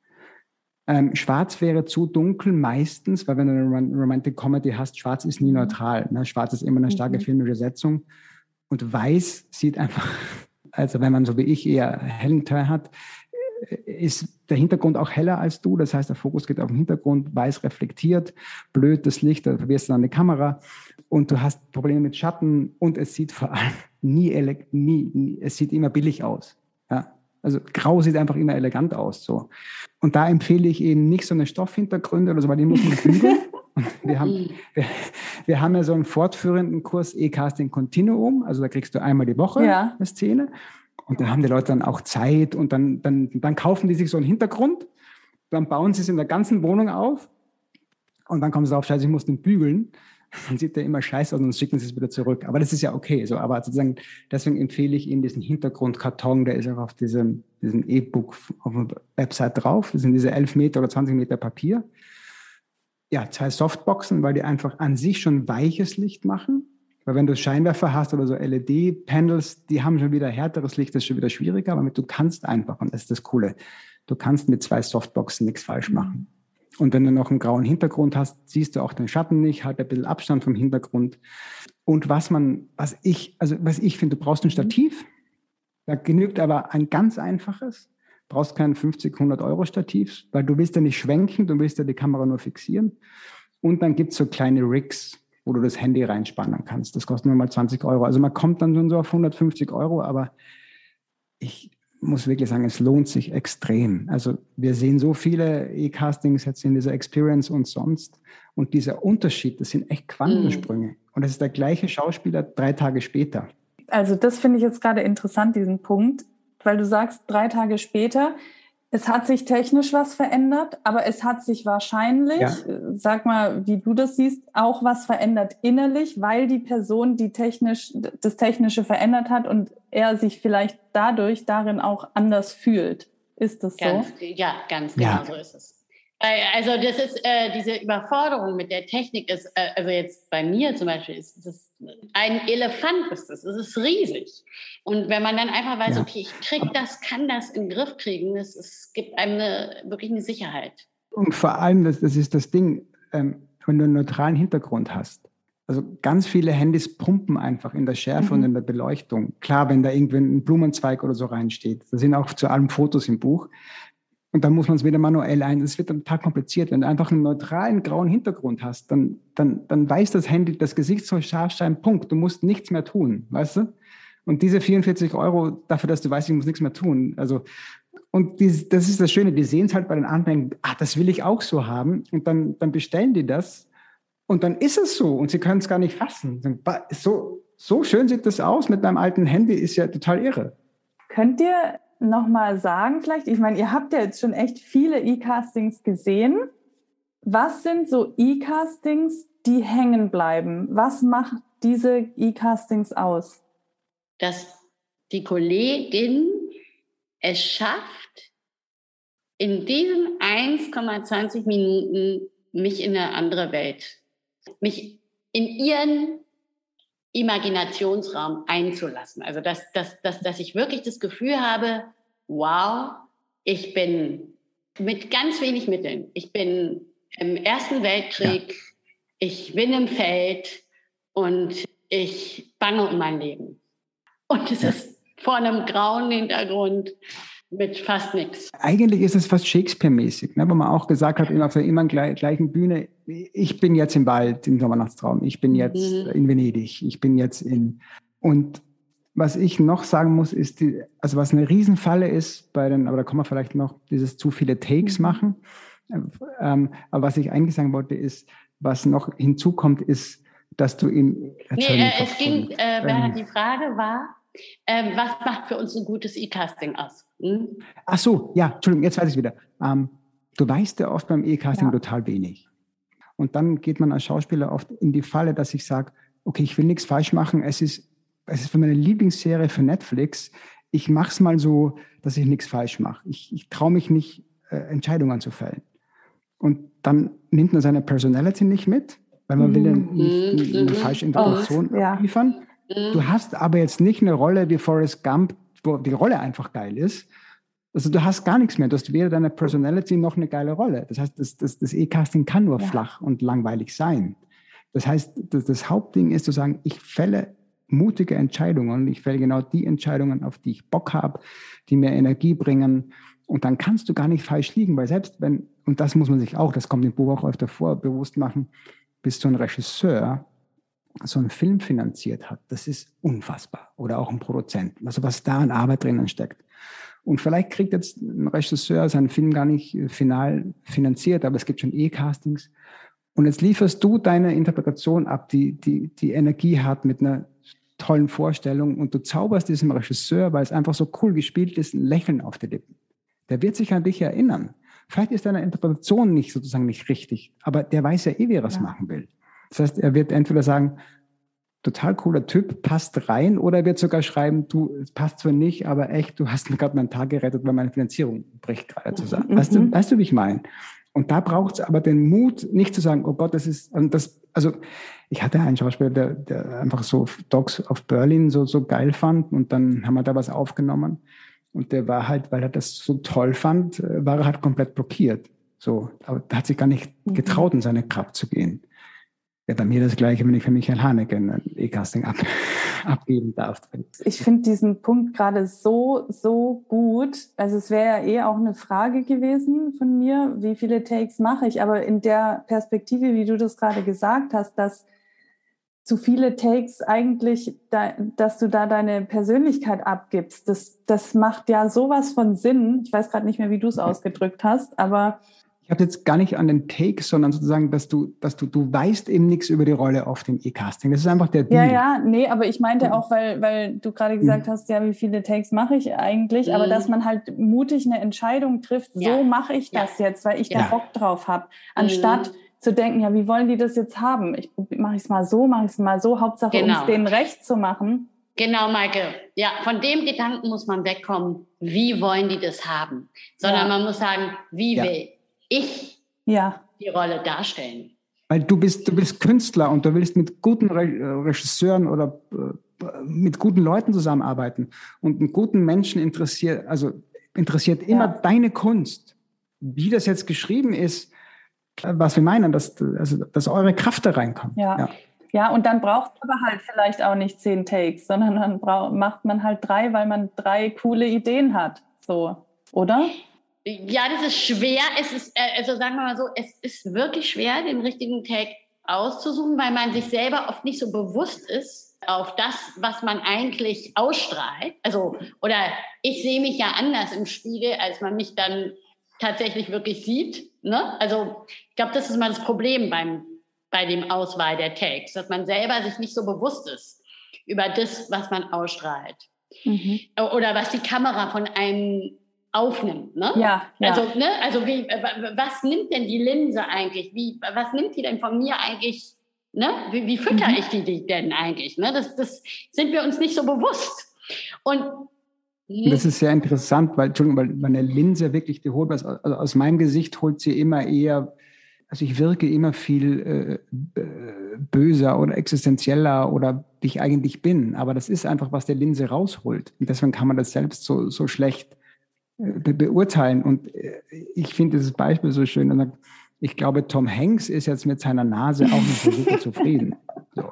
Ähm, schwarz wäre zu dunkel meistens, weil wenn du eine Rom- Romantic Comedy hast, schwarz ist nie Mhm. neutral. Ne? Schwarz ist immer eine starke Mhm. filmische Setzung. Und weiß sieht einfach, also wenn man so wie ich eher hellen Teil hat, ist der Hintergrund auch heller als du. Das heißt, der Fokus geht auf den Hintergrund, weiß reflektiert, blöd das Licht, da verwirrst du dann die Kamera und du hast Probleme mit Schatten und es sieht vor allem nie, ele- nie, nie es sieht immer billig aus. Ja? Also grau sieht einfach immer elegant aus. So. Und da empfehle ich eben nicht so eine Stoffhintergründe oder so, weil die muss man bügeln. Und wir haben, wir, wir haben ja so einen fortführenden Kurs E-Casting Continuum, also da kriegst du einmal die Woche Ja. eine Szene. Und dann haben die Leute dann auch Zeit und dann, dann, dann kaufen die sich so einen Hintergrund, dann bauen sie es in der ganzen Wohnung auf und dann kommen sie auf, scheiße, ich muss den bügeln. Dann sieht der immer scheiße aus und dann schicken sie es wieder zurück. Aber das ist ja okay. So. Aber sozusagen, deswegen empfehle ich Ihnen diesen Hintergrundkarton, der ist auch auf diesem, diesem E-Book auf der Website drauf. Das sind diese elf Meter oder zwanzig Meter Papier. Ja, zwei Softboxen, weil die einfach an sich schon weiches Licht machen. Weil wenn du Scheinwerfer hast oder so L E D-Panels, die haben schon wieder härteres Licht, das ist schon wieder schwieriger, aber du kannst einfach, und das ist das Coole, du kannst mit zwei Softboxen nichts falsch machen. Und wenn du noch einen grauen Hintergrund hast, siehst du auch den Schatten nicht, halt ein bisschen Abstand vom Hintergrund. Und was man, was ich, also was ich finde, du brauchst ein Stativ, da genügt aber ein ganz einfaches, du brauchst kein fünfzig, hundert Euro Stativ, weil du willst ja nicht schwenken, du willst ja die Kamera nur fixieren. Und dann gibt es so kleine Rigs, wo du das Handy reinspannen kannst. Das kostet nur mal zwanzig Euro. Also man kommt dann schon so auf hundertfünfzig Euro, aber ich muss wirklich sagen, es lohnt sich extrem. Also wir sehen so viele E-Castings jetzt in dieser Experience und sonst. Und dieser Unterschied, das sind echt Quantensprünge. Mm. Und das ist der gleiche Schauspieler drei Tage später. Also das finde ich jetzt gerade interessant, diesen Punkt, weil du sagst, drei Tage später, es hat sich technisch was verändert, aber es hat sich wahrscheinlich, ja. sag mal, wie du das siehst, auch was verändert innerlich, weil die Person die technisch, das Technische verändert hat und er sich vielleicht dadurch darin auch anders fühlt. Ist das ganz, so? Ja, ganz genau ja. so ist es. Also das ist äh, diese Überforderung mit der Technik ist, äh, also jetzt bei mir zum Beispiel, ist das ein Elefant ist das, es ist riesig. Und wenn man dann einfach weiß, ja. okay, ich krieg das, kann das in den Griff kriegen, es, es gibt einem eine, wirklich eine Sicherheit. Und vor allem, das, das ist das Ding, ähm, wenn du einen neutralen Hintergrund hast, Also ganz viele Handys pumpen einfach in der Schärfe Mhm. und in der Beleuchtung. Klar, wenn da irgendwie ein Blumenzweig oder so reinsteht. Da sind auch zu allem Fotos im Buch. Und dann muss man es wieder manuell ein. Das wird dann total kompliziert. Wenn du einfach einen neutralen grauen Hintergrund hast, dann, dann, dann weiß das Handy, das Gesicht soll scharf sein, Punkt. Du musst nichts mehr tun, weißt du? Und diese vierundvierzig Euro dafür, dass du weißt, ich muss nichts mehr tun. Also, und die, das ist das Schöne, die sehen es halt bei den anderen, ah, das will ich auch so haben. Und dann, dann bestellen die das. Und dann ist es so. Und sie können es gar nicht fassen. So, so schön sieht das aus mit meinem alten Handy, ist ja total irre. Könnt ihr nochmal sagen vielleicht, ich meine, ihr habt ja jetzt schon echt viele E-Castings gesehen. Was sind so E-Castings, die hängen bleiben? Was macht diese E-Castings aus? Dass die Kollegin es schafft, in diesen eins Komma zwanzig Minuten mich in eine andere Welt, mich in ihren Imaginationsraum einzulassen. Also dass, dass, dass, dass ich wirklich das Gefühl habe, wow, ich bin mit ganz wenig Mitteln. Ich bin im Ersten Weltkrieg, ja. Ich bin im Feld und ich bange um mein Leben. Und es ja. ist vor einem grauen Hintergrund mit fast nichts. Eigentlich ist es fast Shakespeare-mäßig, ne? Wo man auch gesagt hat, immer auf der immer gleichen Bühne, ich bin jetzt im Wald, im Sommernachtstraum, ich bin jetzt mhm. in Venedig, ich bin jetzt in... Und was ich noch sagen muss, ist, die, also was eine Riesenfalle ist bei den, aber da kommen wir vielleicht noch, dieses zu viele Takes mhm. machen. Ähm, aber was ich eigentlich sagen wollte, ist, was noch hinzukommt, ist, dass du in... Nee, äh, es ging, äh, ähm, die Frage war, ähm, was macht für uns ein gutes E-Casting aus? Hm? Ach so, ja, Entschuldigung, jetzt weiß ich wieder. Ähm, du weißt ja oft beim E-Casting ja. total wenig. Und dann geht man als Schauspieler oft in die Falle, dass ich sage, okay, ich will nichts falsch machen, es ist, es ist für meine Lieblingsserie für Netflix, ich mache es mal so, dass ich nichts falsch mache. Ich, ich traue mich nicht, äh, Entscheidungen zu fällen. Und dann nimmt man seine Personality nicht mit, weil man mhm. will ja nicht eine, eine falsche Interpretation oh, ja. liefern. Du hast aber jetzt nicht eine Rolle wie Forrest Gump, wo die Rolle einfach geil ist. Also du hast gar nichts mehr. Du hast weder deine Personality noch eine geile Rolle. Das heißt, das, das, das E-Casting kann nur ja. flach und langweilig sein. Das heißt, das, das Hauptding ist zu sagen, ich fälle mutige Entscheidungen. Ich fälle genau die Entscheidungen, auf die ich Bock habe, die mir Energie bringen. Und dann kannst du gar nicht falsch liegen, weil selbst wenn, und das muss man sich auch, das kommt im Buch auch öfter vor, bewusst machen, bist du ein Regisseur, so einen Film finanziert hat, das ist unfassbar. Oder auch ein Produzent. Also was da an Arbeit drinnen steckt. Und vielleicht kriegt jetzt ein Regisseur seinen Film gar nicht final finanziert, aber es gibt schon E-Castings. Und jetzt lieferst du deine Interpretation ab, die, die, die Energie hat mit einer tollen Vorstellung und du zauberst diesem Regisseur, weil es einfach so cool gespielt ist, ein Lächeln auf die Lippen. Der wird sich an dich erinnern. Vielleicht ist deine Interpretation nicht sozusagen nicht richtig, aber der weiß ja eh, wie er es ja. machen will. Das heißt, er wird entweder sagen, total cooler Typ, passt rein, oder er wird sogar schreiben, du, es passt zwar nicht, aber echt, du hast mir gerade meinen Tag gerettet, weil meine Finanzierung bricht gerade zusammen. Mhm. Weißt du, weißt du, wie ich meine? Und da braucht es aber den Mut, nicht zu sagen, oh Gott, das ist, das, also ich hatte einen Schauspieler, der, der einfach so Dogs of Berlin so, so geil fand und dann haben wir da was aufgenommen und der war halt, weil er das so toll fand, war er halt komplett blockiert. So, aber er hat sich gar nicht getraut, in seine Kraft zu gehen. Ja, bei mir das Gleiche, wenn ich für Michael Haneke ein E-Casting ab, abgeben darf. Ich finde diesen Punkt gerade so, so gut. Also es wäre ja eh auch eine Frage gewesen von mir, wie viele Takes mache ich? Aber in der Perspektive, wie du das gerade gesagt hast, dass zu viele Takes eigentlich, da, dass du da deine Persönlichkeit abgibst, das, das macht ja sowas von Sinn. Ich weiß gerade nicht mehr, wie du es ausgedrückt hast, aber... Ich habe jetzt gar nicht an den Takes, sondern sozusagen, dass du, dass du, du weißt eben nichts über die Rolle auf dem E-Casting. Das ist einfach der Deal. Ja, ja, nee, aber ich meinte auch, weil, weil du gerade gesagt mhm. hast, ja, wie viele Takes mache ich eigentlich, mhm. aber dass man halt mutig eine Entscheidung trifft, ja. so mache ich das ja. jetzt, weil ich ja. da Bock drauf habe, anstatt mhm. zu denken, ja, wie wollen die das jetzt haben? Ich mache es mal so, mache ich es mal so, Hauptsache, genau. um es denen recht zu machen. Genau, Maike. Ja, von dem Gedanken muss man wegkommen, wie wollen die das haben? Sondern ja. man muss sagen, wie ja. will ich ja. die Rolle darstellen. Weil du bist, du bist Künstler und du willst mit guten Re- Regisseuren oder äh, mit guten Leuten zusammenarbeiten. Und einen guten Menschen interessiert, also interessiert immer ja. deine Kunst. Wie das jetzt geschrieben ist, was wir meinen, dass, also, dass eure Kraft da reinkommt. Ja. ja. Ja, und dann braucht es aber halt vielleicht auch nicht zehn Takes, sondern dann brauch, macht man halt drei, weil man drei coole Ideen hat. So, oder? Ja, das ist schwer. Es ist, also sagen wir mal so, es ist wirklich schwer, den richtigen Take auszusuchen, weil man sich selber oft nicht so bewusst ist auf das, was man eigentlich ausstrahlt. Also, oder ich sehe mich ja anders im Spiegel, als man mich dann tatsächlich wirklich sieht. Ne? Also, ich glaube, das ist mal das Problem beim, bei dem Auswahl der Takes, dass man selber sich nicht so bewusst ist über das, was man ausstrahlt. Mhm. Oder was die Kamera von einem aufnimmt, ne? Ja, ja. Also, ne? Also wie, was nimmt denn die Linse eigentlich? Wie, was nimmt die denn von mir eigentlich? Ne? Wie, wie fütter mhm. ich die, die denn eigentlich? Ne? Das, das sind wir uns nicht so bewusst. Und das ist sehr interessant, weil, Entschuldigung, weil meine Linse wirklich, die holt was, also aus meinem Gesicht holt sie immer eher, also ich wirke immer viel äh, böser oder existenzieller oder wie ich eigentlich bin. Aber das ist einfach, was der Linse rausholt. Und deswegen kann man das selbst so, so schlecht Be- beurteilen. Und ich finde dieses Beispiel so schön. Und ich glaube, Tom Hanks ist jetzt mit seiner Nase auch nicht so super zufrieden. So.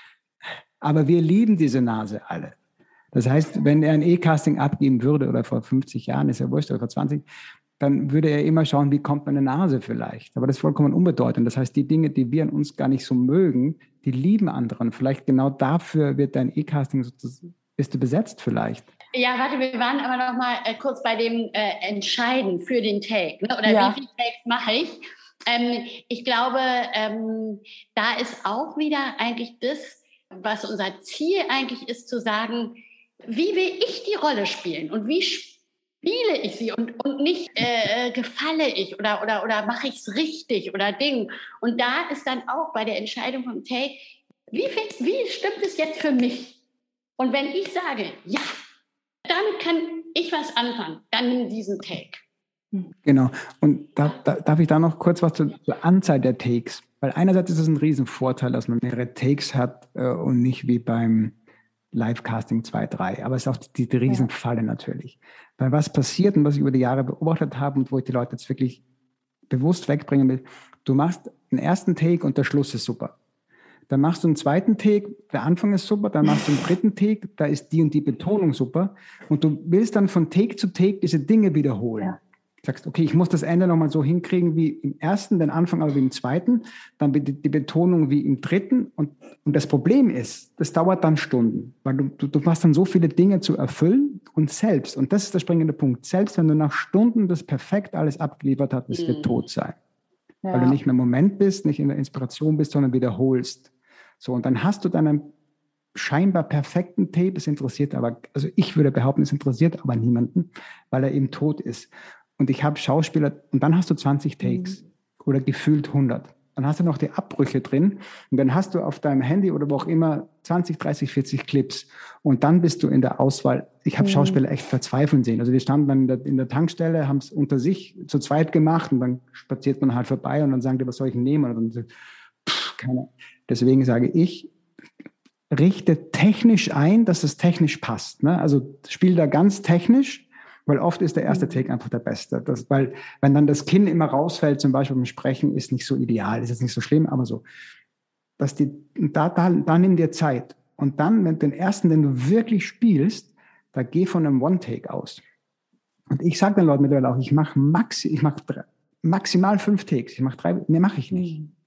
Aber wir lieben diese Nase alle. Das heißt, wenn er ein E-Casting abgeben würde, oder vor fünfzig Jahren, ist ja wurscht, oder vor zwanzig, dann würde er immer schauen, wie kommt meine Nase vielleicht. Aber das ist vollkommen unbedeutend. Das heißt, die Dinge, die wir an uns gar nicht so mögen, die lieben anderen. Vielleicht genau dafür wird dein E-Casting sozusagen, bist du besetzt vielleicht. Ja, warte, wir waren aber noch mal äh, kurz bei dem äh, Entscheiden für den Take, ne? Oder ja. Wie viele Takes mache ich? Ähm, ich glaube, ähm, da ist auch wieder eigentlich das, was unser Ziel eigentlich ist, zu sagen, wie will ich die Rolle spielen und wie spiele ich sie und, und nicht äh, gefalle ich oder, oder, oder mache ich es richtig oder Ding. Und da ist dann auch bei der Entscheidung vom Take, wie, viel, wie stimmt es jetzt für mich? Und wenn ich sage, ja, damit kann ich was anfangen, dann nimm diesen Take. Genau. Und da, da, darf ich da noch kurz was zur, zur Anzahl der Takes? Weil einerseits ist es ein Riesenvorteil, dass man mehrere Takes hat äh, und nicht wie beim Live-Casting zwei, drei. Aber es ist auch die, die Riesenfalle natürlich. Weil was passiert und was ich über die Jahre beobachtet habe und wo ich die Leute jetzt wirklich bewusst wegbringen will, du machst einen ersten Take und der Schluss ist super. Dann machst du einen zweiten Take, der Anfang ist super, dann machst du einen dritten Take, da ist die und die Betonung super und du willst dann von Take zu Take diese Dinge wiederholen. Ja. Du sagst, okay, ich muss das Ende nochmal so hinkriegen wie im ersten, den Anfang aber wie im zweiten, dann die Betonung wie im dritten und, und das Problem ist, das dauert dann Stunden, weil du, du, du hast dann so viele Dinge zu erfüllen und selbst, und das ist der springende Punkt, selbst wenn du nach Stunden das perfekt alles abgeliefert hast, es mhm. wird tot sein. Ja. Weil du nicht mehr im Moment bist, nicht in der Inspiration bist, sondern wiederholst. So, und dann hast du dann einen scheinbar perfekten Tape, es interessiert aber, also ich würde behaupten, es interessiert aber niemanden, weil er eben tot ist. Und ich habe Schauspieler, und dann hast du zwanzig Takes mhm. oder gefühlt hundert. Dann hast du noch die Abbrüche drin und dann hast du auf deinem Handy oder wo auch immer zwanzig, dreißig, vierzig Clips und dann bist du in der Auswahl. Ich habe mhm. Schauspieler echt verzweifeln sehen. Also die standen dann in der, in der Tankstelle, haben es unter sich zu zweit gemacht und dann spaziert man halt vorbei und dann sagen die, was soll ich nehmen? Und dann so, pff, keine. Deswegen sage ich, richte technisch ein, dass es technisch passt. Ne? Also spiel da ganz technisch, weil oft ist der erste Take einfach der beste. Das, weil wenn dann das Kinn immer rausfällt, zum Beispiel beim Sprechen, ist nicht so ideal, ist jetzt nicht so schlimm, aber so. Dass die, da, da, da nimm dir Zeit. Und dann, wenn den ersten, den du wirklich spielst, da geh von einem One-Take aus. Und ich sage den Leuten mittlerweile auch, ich mache maxi, ich mach maximal fünf Takes. Ich mache drei, mehr mache ich nicht. Mhm.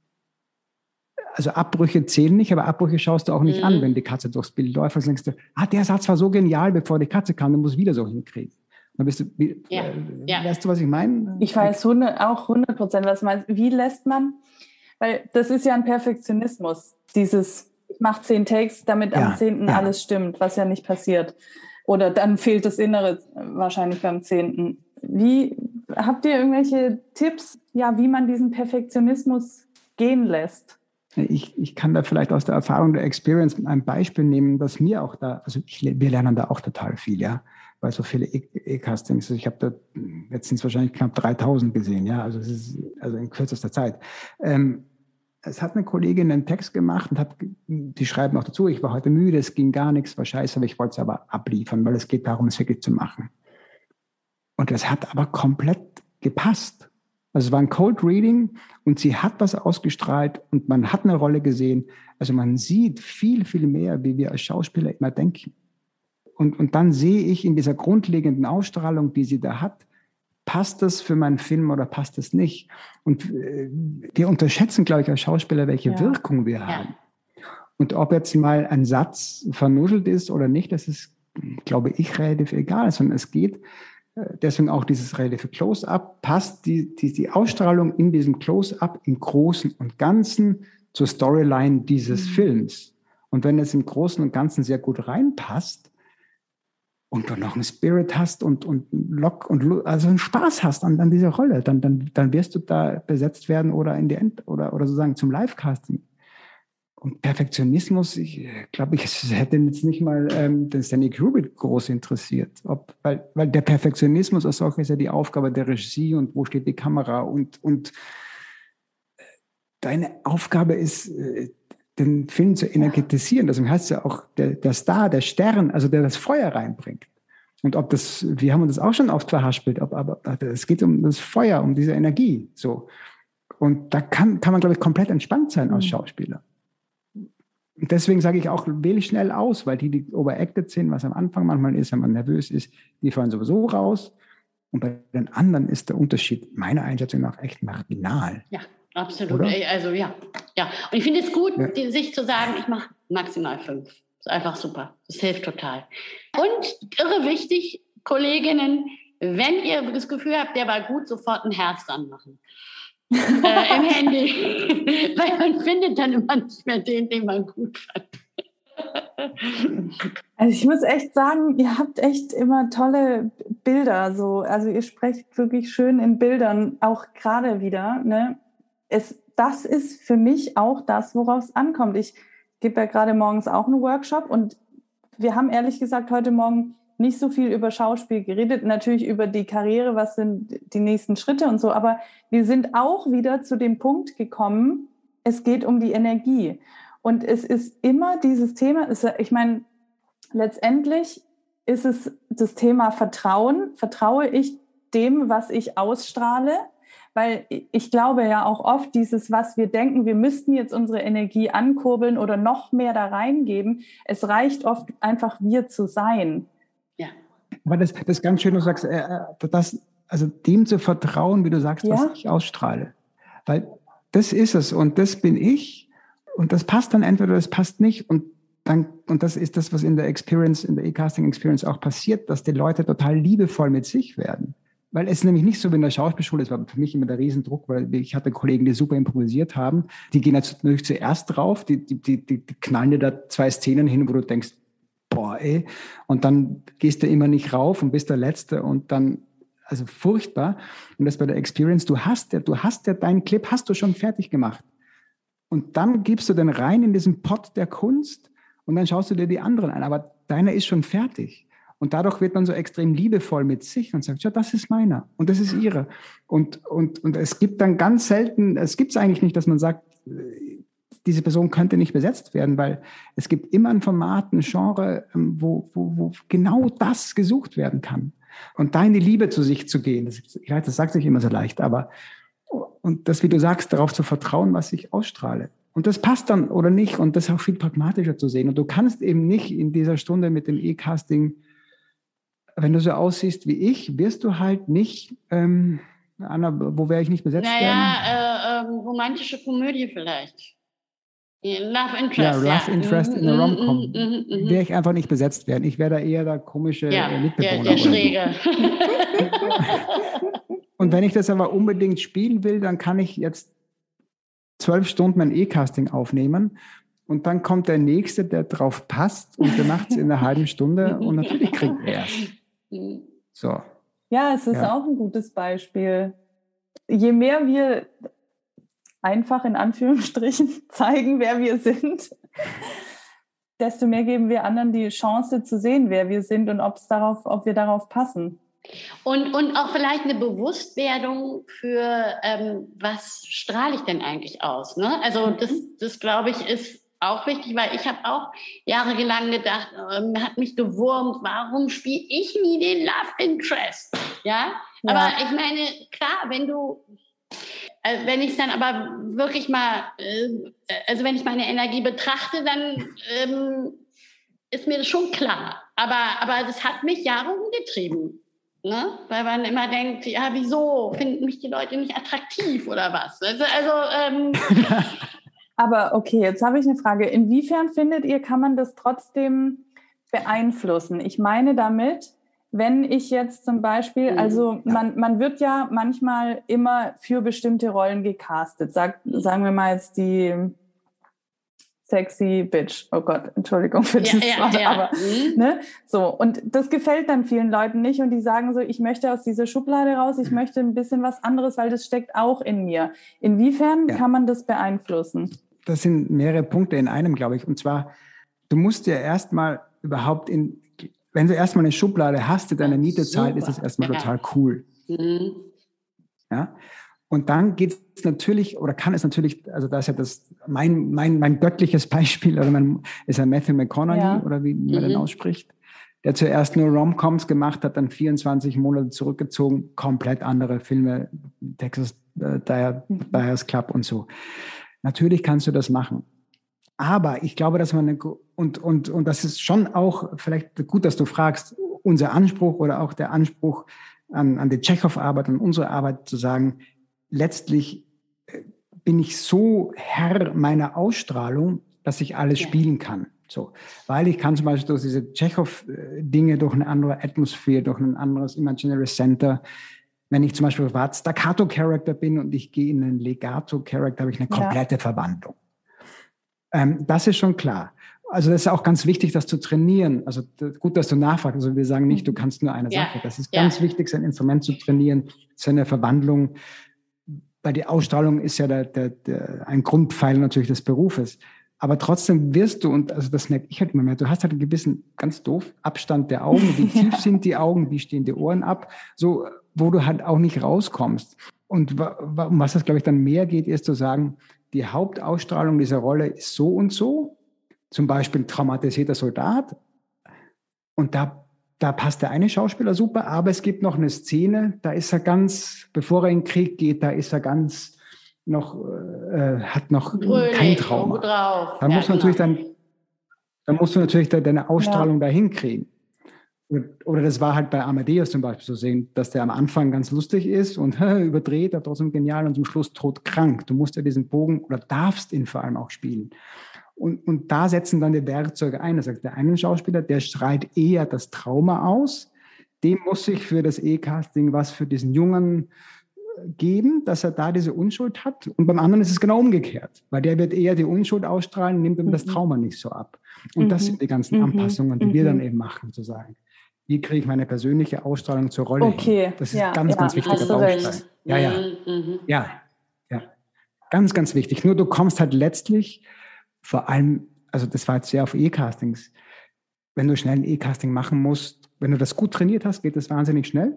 Also Abbrüche zählen nicht, aber Abbrüche schaust du auch nicht mhm. an, wenn die Katze durchs Bild läuft. Und denkst du, ah, der Satz war so genial, bevor die Katze kam, dann muss wieder so hinkriegen. Dann bist du, wie, ja. Äh, ja. Weißt du, was ich meine? Ich weiß auch hundert Prozent, was du meinst. Wie lässt man, weil das ist ja ein Perfektionismus, dieses, ich mache zehn Takes, damit ja. am zehnten ja. alles stimmt, was ja nicht passiert. Oder dann fehlt das Innere wahrscheinlich beim zehnten. Wie, habt ihr irgendwelche Tipps, ja, wie man diesen Perfektionismus gehen lässt? Ich, ich kann da vielleicht aus der Erfahrung der Experience ein Beispiel nehmen, was mir auch da, also ich, wir lernen da auch total viel, ja, weil so viele E-Castings, ich habe da, jetzt sind es wahrscheinlich knapp dreitausend gesehen, ja, also es ist also in kürzester Zeit. Ähm, es hat eine Kollegin einen Text gemacht und hat, die schreiben auch dazu, ich war heute müde, es ging gar nichts, war scheiße, aber ich wollte es aber abliefern, weil es geht darum, es wirklich zu machen. Und das hat aber komplett gepasst. Also es war ein Cold Reading und sie hat was ausgestrahlt und man hat eine Rolle gesehen. Also man sieht viel, viel mehr, wie wir als Schauspieler immer denken. Und, und dann sehe ich in dieser grundlegenden Ausstrahlung, die sie da hat, passt das für meinen Film oder passt das nicht? Und äh, wir unterschätzen, glaube ich, als Schauspieler, welche ja. Wirkung wir ja. haben. Und ob jetzt mal ein Satz vernuschelt ist oder nicht, das ist, glaube ich, relativ egal, sondern es geht, äh, deswegen auch dieses relative Close-Up, passt die, die, die Ausstrahlung in diesem Close-Up im Großen und Ganzen zur Storyline dieses mhm. Films. Und wenn es im Großen und Ganzen sehr gut reinpasst, und du noch einen Spirit hast und, und Lock und also einen Spaß hast an, an dieser Rolle, dann, dann, dann wirst du da besetzt werden oder in die End oder, oder sozusagen zum Live-Casting. Und Perfektionismus, ich glaube, ich es hätte jetzt nicht mal ähm, den Stanley Kubrick groß interessiert. Ob, weil, weil der Perfektionismus als solches ist ja die Aufgabe der Regie und wo steht die Kamera und, und deine Aufgabe ist, den Film zu energetisieren. Deswegen heißt es ja auch der, der Star, der Stern, also der das Feuer reinbringt. Und ob das, wir haben uns das auch schon oft verhaspelt, ob, aber es geht um das Feuer, um diese Energie. So. Und da kann, kann man, glaube ich, komplett entspannt sein als Schauspieler. Und deswegen sage ich auch, wähle schnell aus, weil die, die overacted sind, was am Anfang manchmal ist, wenn man nervös ist, die fallen sowieso raus. Und bei den anderen ist der Unterschied meiner Einschätzung nach echt marginal. Ja. Absolut, Oder? Also ja, ja. Und ich finde es gut, ja. die, sich zu sagen, ich mache maximal fünf. Das ist einfach super. Das hilft total. Und irre wichtig, Kolleginnen, wenn ihr das Gefühl habt, der war gut, sofort ein Herz dran machen. äh, im Handy. Weil man findet dann immer nicht mehr den, den man gut fand. Also ich muss echt sagen, ihr habt echt immer tolle Bilder. So. Also ihr sprecht wirklich schön in Bildern, auch gerade wieder, ne? Es, das ist für mich auch das, worauf es ankommt. Ich gebe ja gerade morgens auch einen Workshop und wir haben ehrlich gesagt heute Morgen nicht so viel über Schauspiel geredet, natürlich über die Karriere, was sind die nächsten Schritte und so, aber wir sind auch wieder zu dem Punkt gekommen, es geht um die Energie. Und es ist immer dieses Thema, ich meine, letztendlich ist es das Thema Vertrauen. Vertraue ich dem, was ich ausstrahle? Weil ich glaube ja auch oft dieses, was wir denken, wir müssten jetzt unsere Energie ankurbeln oder noch mehr da reingeben. Es reicht oft einfach, wir zu sein. Ja. Aber das, das ist ganz schön, du sagst, äh, das, also dem zu vertrauen, wie du sagst, ja. was ich ausstrahle. Weil das ist es und das bin ich und das passt dann entweder, das passt nicht und dann, und das ist das, was in der Experience, in der E-Casting Experience auch passiert, dass die Leute total liebevoll mit sich werden. Weil es nämlich nicht so wie in der Schauspielschule, es war für mich immer der Riesendruck, weil ich hatte Kollegen, die super improvisiert haben, die gehen natürlich zuerst drauf, die, die, die, die knallen dir da zwei Szenen hin, wo du denkst, boah ey, und dann gehst du immer nicht rauf und bist der Letzte und dann, also furchtbar. Und das bei der Experience, du hast ja, du hast ja deinen Clip, hast du schon fertig gemacht. Und dann gibst du den rein in diesen Pot der Kunst und dann schaust du dir die anderen an, aber deiner ist schon fertig. Und dadurch wird man so extrem liebevoll mit sich und sagt, ja, das ist meiner und das ist ihre. Und, und, und es gibt dann ganz selten, es gibt es eigentlich nicht, dass man sagt, diese Person könnte nicht besetzt werden, weil es gibt immer ein Format, ein Genre, wo, wo, wo genau das gesucht werden kann. Und da in die Liebe zu sich zu gehen, das, ich weiß, das sagt sich immer so leicht, aber und das, wie du sagst, darauf zu vertrauen, was ich ausstrahle. Und das passt dann oder nicht und das auch viel pragmatischer zu sehen. Und du kannst eben nicht in dieser Stunde mit dem E-Casting, wenn du so aussiehst wie ich, wirst du halt nicht, ähm, Anna, wo wäre ich nicht besetzt naja, werden? Naja, äh, äh, romantische Komödie vielleicht. Love Interest, ja. Love ja. Interest mm, in der Rom-Com. Mm, mm, mm, wäre ich einfach nicht besetzt werden. Ich wäre da eher der komische ja, äh, Mitbewohner. Der, der Schräge. Und wenn ich das aber unbedingt spielen will, dann kann ich jetzt zwölf Stunden mein E-Casting aufnehmen und dann kommt der Nächste, der drauf passt und der macht es in einer halben Stunde und natürlich kriegt er es. So. Ja, es ist ja. auch ein gutes Beispiel. Je mehr wir einfach in Anführungsstrichen zeigen, wer wir sind, desto mehr geben wir anderen die Chance zu sehen, wer wir sind und ob's darauf, ob wir darauf passen. Und, und auch vielleicht eine Bewusstwerdung für, ähm, was strahle ich denn eigentlich aus? Ne? Also das, das glaube ich, ist auch wichtig, weil ich habe auch jahrelang gedacht, ähm, hat mich gewurmt, warum spiele ich nie den Love Interest? Ja? ja, aber ich meine, klar, wenn du Also wenn ich dann aber wirklich mal, also wenn ich meine Energie betrachte, dann ähm, ist mir das schon klar. Aber, aber das hat mich Jahre umgetrieben. Ne? Weil man immer denkt, ja, wieso finden mich die Leute nicht attraktiv oder was? Also, also ähm, aber okay, jetzt habe ich eine Frage. Inwiefern findet ihr, kann man das trotzdem beeinflussen? Ich meine damit, wenn ich jetzt zum Beispiel, also man, man wird ja manchmal immer für bestimmte Rollen gecastet. Sag, sagen wir mal jetzt die sexy Bitch. Oh Gott, Entschuldigung für ja, das ja, Wort, ja. aber Mhm. ne, so, und das gefällt dann vielen Leuten nicht und die sagen so, ich möchte aus dieser Schublade raus, ich möchte ein bisschen was anderes, weil das steckt auch in mir. Inwiefern Ja. kann man das beeinflussen? Das sind mehrere Punkte in einem, glaube ich. Und zwar, du musst ja erstmal überhaupt in, wenn du erstmal eine Schublade hast, die deine Miete zahlt, ist das erstmal Ja. total cool. Mhm. Ja? Und dann geht es natürlich, oder kann es natürlich, also da ist ja das, mein, mein, mein göttliches Beispiel, oder mein, ist ja Matthew McConaughey, Ja. oder wie man Mhm. den ausspricht, der zuerst nur Rom-Coms gemacht hat, dann vierundzwanzig Monate zurückgezogen, komplett andere Filme, Texas äh, Buyers Club und so. Natürlich kannst du das machen. Aber ich glaube, dass man, eine, und, und, und das ist schon auch, vielleicht gut, dass du fragst, unser Anspruch oder auch der Anspruch an, an die Tschechow-Arbeit, an unsere Arbeit zu sagen, letztlich bin ich so Herr meiner Ausstrahlung, dass ich alles ja. spielen kann. So, weil ich kann zum Beispiel durch diese Tschechow-Dinge, durch eine andere Atmosphäre, durch ein anderes Imaginary Center, wenn ich zum Beispiel privat Staccato-Character bin und ich gehe in einen Legato-Character, habe ich eine komplette ja. Verwandlung. Ähm, das ist schon klar. Also das ist auch ganz wichtig, das zu trainieren. Also gut, dass du nachfragst. Also wir sagen nicht, du kannst nur eine ja. Sache. Das ist ganz ja. wichtig, sein Instrument zu trainieren, seine Verwandlung. Weil die Ausstrahlung ist ja der, der, der, ein Grundpfeiler natürlich des Berufes. Aber trotzdem wirst du, und also das merke ich halt immer mehr, du hast halt einen gewissen, ganz doof, Abstand der Augen. Wie tief sind die Augen? Wie stehen die Ohren ab? So, wo du halt auch nicht rauskommst. Und um was es, glaube ich, dann mehr geht, ist zu sagen, die Hauptausstrahlung dieser Rolle ist so und so. Zum Beispiel traumatisierter Soldat. Und da, da passt der eine Schauspieler super, aber es gibt noch eine Szene, da ist er ganz, bevor er in den Krieg geht, da ist er ganz noch, äh, hat noch Brülig, kein Trauma. Drauf. Da ja, musst du genau. natürlich dann, da musst du natürlich deine Ausstrahlung ja. dahin kriegen. Oder das war halt bei Amadeus zum Beispiel zu sehen, dass der am Anfang ganz lustig ist und überdreht, aber trotzdem genial und zum Schluss todkrank. Du musst ja diesen Bogen oder darfst ihn vor allem auch spielen. Und, und da setzen dann die Werkzeuge ein. Das sagt der eine Schauspieler, der strahlt eher das Trauma aus. Dem muss ich für das E-Casting was für diesen Jungen geben, dass er da diese Unschuld hat. Und beim anderen ist es genau umgekehrt, weil der wird eher die Unschuld ausstrahlen, nimmt ihm mhm. das Trauma nicht so ab. Und mhm. das sind die ganzen mhm. Anpassungen, die mhm. wir dann eben machen, zu sagen. Wie kriege ich meine persönliche Ausstrahlung zur Rolle okay. hin? Das ist ja, ganz, ja, ganz wichtiger Baustein. Ja, ja. Mhm. ja, ja. Ganz, ganz wichtig. Nur du kommst halt letztlich vor allem, also das war jetzt sehr auf E-Castings, wenn du schnell ein E-Casting machen musst, wenn du das gut trainiert hast, geht das wahnsinnig schnell.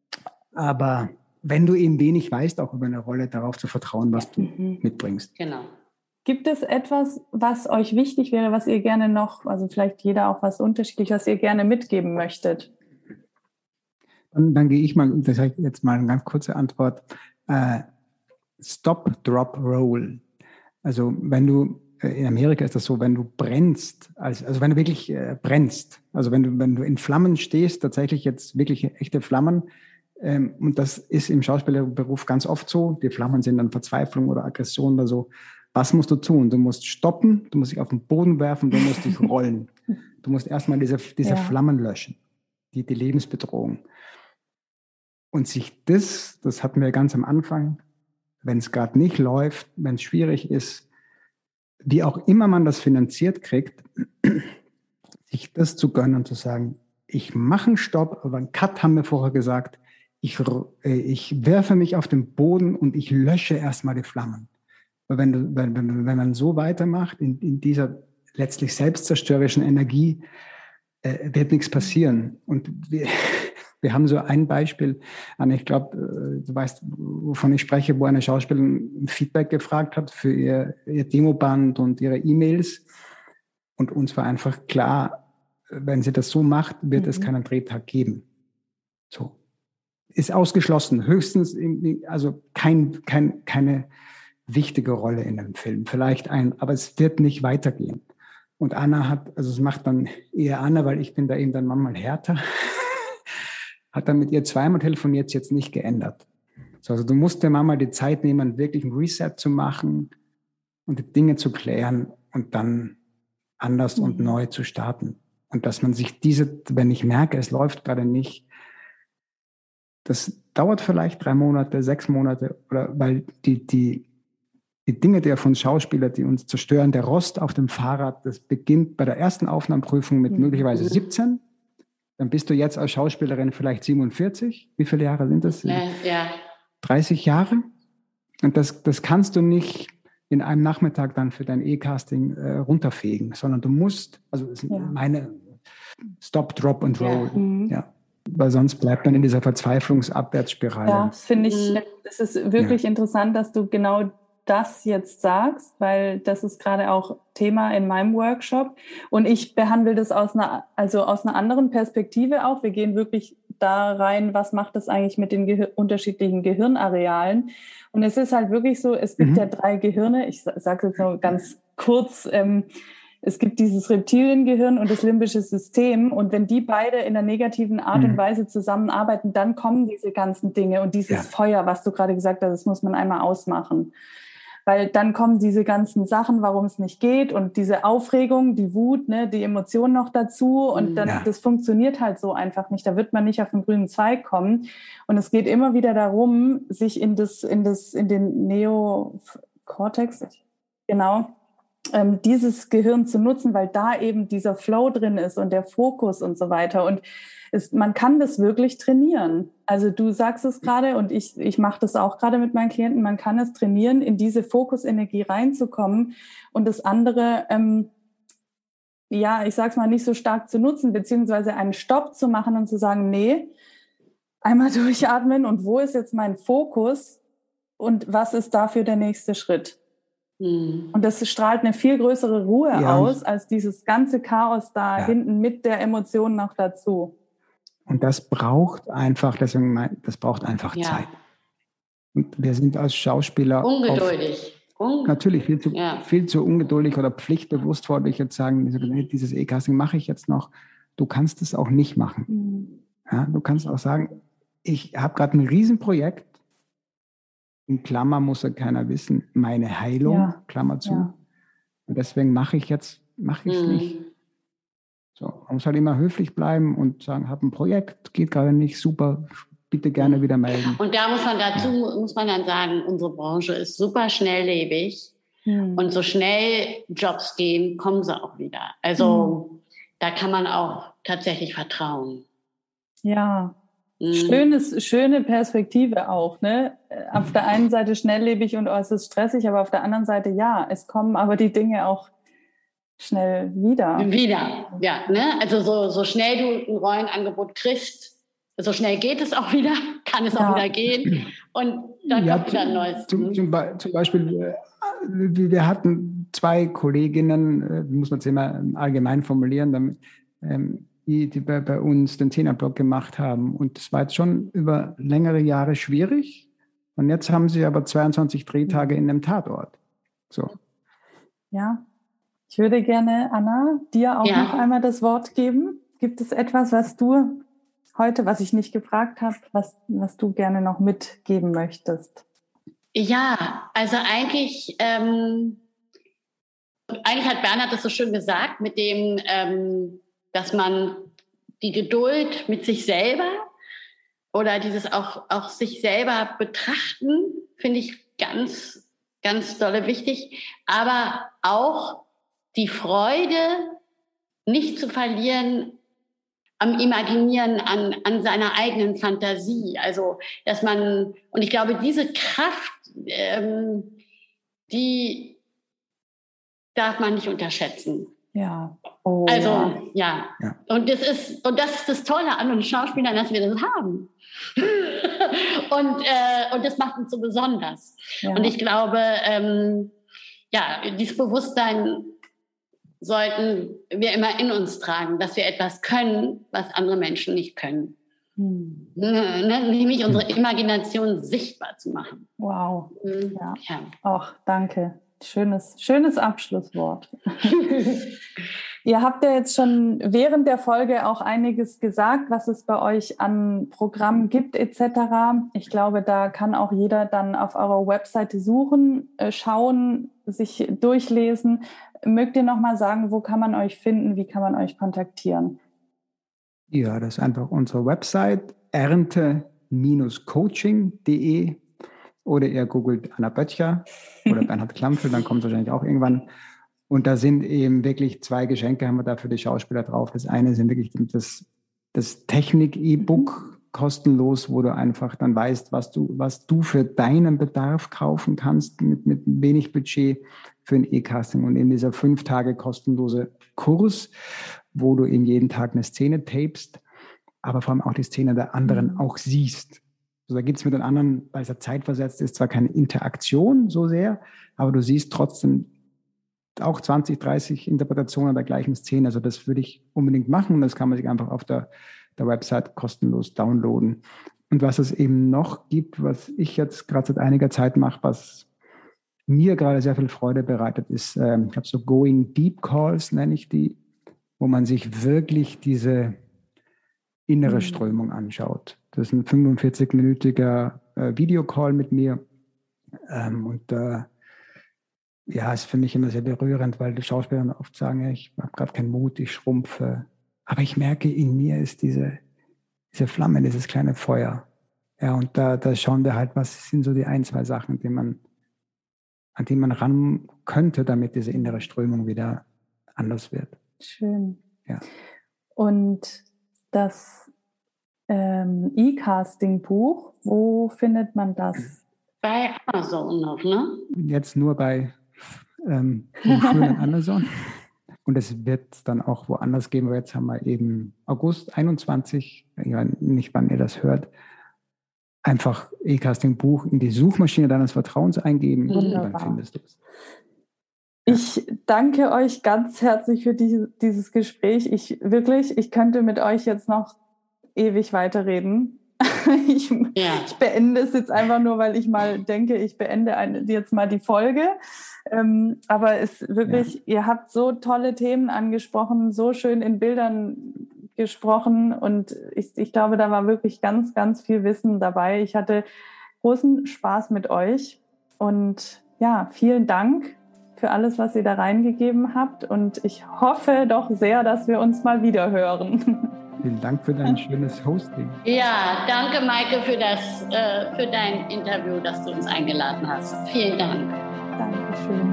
Aber wenn du eben wenig weißt, auch über eine Rolle, darauf zu vertrauen, was du mhm. mitbringst. Genau. Gibt es etwas, was euch wichtig wäre, was ihr gerne noch, also vielleicht jeder auch was unterschiedlich, was ihr gerne mitgeben möchtet? Dann, dann gehe ich mal, das ist jetzt mal eine ganz kurze Antwort. Äh, Stop, Drop, Roll. Also wenn du, in Amerika ist das so, wenn du brennst, also, also wenn du wirklich äh, brennst, also wenn du, wenn du in Flammen stehst, tatsächlich jetzt wirklich echte Flammen, ähm, und das ist im Schauspielerberuf ganz oft so, die Flammen sind dann Verzweiflung oder Aggression oder so. Was musst du tun? Du musst stoppen, du musst dich auf den Boden werfen, du musst dich rollen. Du musst erstmal diese, diese ja. Flammen löschen, die, die Lebensbedrohung. Und sich das, das hatten wir ganz am Anfang, wenn es gerade nicht läuft, wenn es schwierig ist, wie auch immer man das finanziert kriegt, sich das zu gönnen und zu sagen, ich mache einen Stopp, aber einen Cut haben wir vorher gesagt, ich, ich werfe mich auf den Boden und ich lösche erstmal die Flammen. Weil wenn, du, wenn, wenn, wenn man so weitermacht, in, in dieser letztlich selbstzerstörerischen Energie, äh, wird nichts passieren. Und wir, wir haben so ein Beispiel, Anne, ich glaube, du weißt, wovon ich spreche, wo eine Schauspielerin ein Feedback gefragt hat für ihr, ihr Demoband und ihre E-Mails. Und uns war einfach klar, wenn sie das so macht, wird mhm. es keinen Drehtag geben. So. ist ausgeschlossen. Höchstens, also kein, kein, keine wichtige Rolle in einem Film. Vielleicht ein, aber es wird nicht weitergehen. Und Anna hat, also es macht dann eher Anna, weil ich bin da eben dann manchmal härter, hat dann mit ihr zweimal telefoniert, jetzt nicht geändert. So, also du musst der Mama die Zeit nehmen, wirklich ein Reset zu machen und die Dinge zu klären und dann anders mhm. und neu zu starten. Und dass man sich diese, wenn ich merke, es läuft gerade nicht, das dauert vielleicht drei Monate, sechs Monate, oder weil die, die, die Dinge der von Schauspielern, die uns zerstören, der Rost auf dem Fahrrad, das beginnt bei der ersten Aufnahmeprüfung mit mhm. möglicherweise siebzehn. Dann bist du jetzt als Schauspielerin vielleicht siebenundvierzig. Wie viele Jahre sind das? Ja, ja. dreißig Jahre. Und das, das kannst du nicht in einem Nachmittag dann für dein E-Casting äh, runterfegen, sondern du musst, also das sind ja. meine Stop, Drop und Roll. Ja. Mhm. ja. Weil sonst bleibt man in dieser Verzweiflungsabwärtsspirale. Ja, finde ich, es ist wirklich ja. interessant, dass du genau das jetzt sagst, weil das ist gerade auch Thema in meinem Workshop. Und ich behandle das aus einer, also aus einer anderen Perspektive auch. Wir gehen wirklich da rein, was macht das eigentlich mit den Gehir- unterschiedlichen Gehirnarealen. Und es ist halt wirklich so, es gibt mhm. ja drei Gehirne. Ich sage jetzt nur ganz kurz, ähm, es gibt dieses Reptiliengehirn und das limbische System. Und wenn die beide in einer negativen Art mhm. und Weise zusammenarbeiten, dann kommen diese ganzen Dinge und dieses ja. Feuer, was du gerade gesagt hast, das muss man einmal ausmachen. Weil dann kommen diese ganzen Sachen, warum es nicht geht und diese Aufregung, die Wut, ne, die Emotionen noch dazu und dann, ja. das funktioniert halt so einfach nicht. Da wird man nicht auf den grünen Zweig kommen. Und es geht immer wieder darum, sich in das, in das, in den Neokortex, genau, ähm, dieses Gehirn zu nutzen, weil da eben dieser Flow drin ist und der Fokus und so weiter. Und es, man kann das wirklich trainieren. Also du sagst es gerade und ich, ich mache das auch gerade mit meinen Klienten. Man kann es trainieren, in diese Fokusenergie reinzukommen und das andere, ähm, ja, ich sag's mal, nicht so stark zu nutzen, beziehungsweise einen Stopp zu machen und zu sagen, nee, einmal durchatmen und wo ist jetzt mein Fokus und was ist dafür der nächste Schritt? Mhm. Und das strahlt eine viel größere Ruhe ja. aus, als dieses ganze Chaos da ja. hinten mit der Emotion noch dazu. Und das braucht einfach, deswegen mein, das braucht einfach ja. Zeit. Und wir sind als Schauspieler ungeduldig. Auf, natürlich viel zu, ja. viel zu ungeduldig oder pflichtbewusst, wollte ich jetzt sagen, dieses E-Casting mache ich jetzt noch. Du kannst es auch nicht machen. Mhm. Ja, du kannst auch sagen, ich habe gerade ein Riesenprojekt, in Klammer muss ja keiner wissen, meine Heilung, ja. Klammer zu. Ja. Und deswegen mache ich jetzt, mache ich es mhm. nicht. So, man muss halt immer höflich bleiben und sagen, habe ein Projekt, geht gerade nicht, super, bitte gerne wieder melden. Und da muss man dazu, ja. muss man dann sagen, unsere Branche ist super schnelllebig mhm. und so schnell Jobs gehen, kommen sie auch wieder. Also mhm. da kann man auch tatsächlich vertrauen. Ja, mhm. Schönes, schöne Perspektive auch, ne? Auf der einen Seite schnelllebig und äußerst stressig, aber auf der anderen Seite, ja, es kommen aber die Dinge auch schnell wieder. Wieder, ja. Ne? Also so, so schnell du ein Rollenangebot kriegst, so schnell geht es auch wieder, kann es ja. auch wieder gehen. Und dann ja, kommt wieder ein neues. Zum, zum, zum Beispiel, wir hatten zwei Kolleginnen, muss man es immer allgemein formulieren, damit, die, die bei, bei uns den Zehnerblock gemacht haben. Und das war jetzt schon über längere Jahre schwierig. Und jetzt haben sie aber zweiundzwanzig Drehtage in einem Tatort. So. Ja. Ich würde gerne, Anna, dir auch ja. noch einmal das Wort geben. Gibt es etwas, was du heute, was ich nicht gefragt habe, was, was du gerne noch mitgeben möchtest? Ja, also eigentlich, ähm, eigentlich hat Bernhard das so schön gesagt, mit dem, ähm, dass man die Geduld mit sich selber oder dieses auch, auch sich selber betrachten, finde ich ganz, ganz dolle wichtig, aber auch die Freude nicht zu verlieren am Imaginieren, an, an seiner eigenen Fantasie. Also, dass man, und ich glaube, diese Kraft, ähm, die darf man nicht unterschätzen. Ja. Oh, also, ja. ja. Und das ist, und das ist das Tolle an uns Schauspielern, dass wir das haben. und, äh, und das macht uns so besonders. Ja. Und ich glaube, ähm, ja, dieses Bewusstsein sollten wir immer in uns tragen, dass wir etwas können, was andere Menschen nicht können. Hm. Ne, nämlich unsere Imagination sichtbar zu machen. Wow. Hm. Ja. Ja. Ach, danke. Schönes, schönes Abschlusswort. Ihr habt ja jetzt schon während der Folge auch einiges gesagt, was es bei euch an Programmen gibt et cetera. Ich glaube, da kann auch jeder dann auf eurer Webseite suchen, schauen, sich durchlesen. Mögt ihr noch mal sagen, wo kann man euch finden, wie kann man euch kontaktieren? Ja, das ist einfach unsere Website ernte Coaching punkt de oder ihr googelt Anna Böttcher oder Bernhard Klampfel, dann kommt es wahrscheinlich auch irgendwann. Und da sind eben wirklich zwei Geschenke, haben wir da für die Schauspieler drauf. Das eine sind wirklich das, das Technik-E-Book kostenlos, wo du einfach dann weißt, was du, was du für deinen Bedarf kaufen kannst mit, mit wenig Budget für ein E-Casting. Und in dieser fünf Tage kostenlose Kurs, wo du eben jeden Tag eine Szene tapest, aber vor allem auch die Szene der anderen mhm. auch siehst. Also da gibt es mit den anderen, weil es ja zeitversetzt ist, zwar keine Interaktion so sehr, aber du siehst trotzdem auch zwanzig, dreißig Interpretationen der gleichen Szene. Also das würde ich unbedingt machen und das kann man sich einfach auf der, der Website kostenlos downloaden. Und was es eben noch gibt, was ich jetzt gerade seit einiger Zeit mache, was mir gerade sehr viel Freude bereitet, ist, äh, ich habe so Going Deep Calls, nenne ich die, wo man sich wirklich diese innere mhm. Strömung anschaut. Das ist ein fünfundvierzig-minütiger äh, Videocall mit mir. Ähm, und äh, ja, ist für mich immer sehr berührend, weil die Schauspieler dann oft sagen, ja, ich habe gerade keinen Mut, ich schrumpfe. Aber ich merke, in mir ist diese, diese Flamme, dieses kleine Feuer. Ja, und da, da schauen wir halt, was sind so die ein, zwei Sachen, die man, an die man ran könnte, damit diese innere Strömung wieder anders wird. Schön. Ja. Und das ähm, E-Casting-Buch, wo findet man das? Bei Amazon noch, ne? Jetzt nur bei ähm, Schulen Amazon. Und es wird dann auch woanders geben. Aber jetzt haben wir eben August einundzwanzig, ich weiß nicht, wann ihr das hört, einfach E-Casting-Buch in die Suchmaschine deines Vertrauens eingeben. Wunderbar. Und dann findest du es. Ich danke euch ganz herzlich für die, dieses Gespräch. Ich wirklich, ich könnte mit euch jetzt noch ewig weiterreden. Ich, ja. ich beende es jetzt einfach nur, weil ich mal denke, ich beende eine, jetzt mal die Folge. Ähm, aber es wirklich, ja. Ihr habt so tolle Themen angesprochen, so schön in Bildern gesprochen und ich, ich glaube, da war wirklich ganz, ganz viel Wissen dabei. Ich hatte großen Spaß mit euch und ja, vielen Dank für alles, was ihr da reingegeben habt und ich hoffe doch sehr, dass wir uns mal wieder hören. Vielen Dank für dein schönes Hosting. Ja, danke Maike für, das, äh, für dein Interview, das du uns eingeladen hast. Vielen Dank. Dankeschön.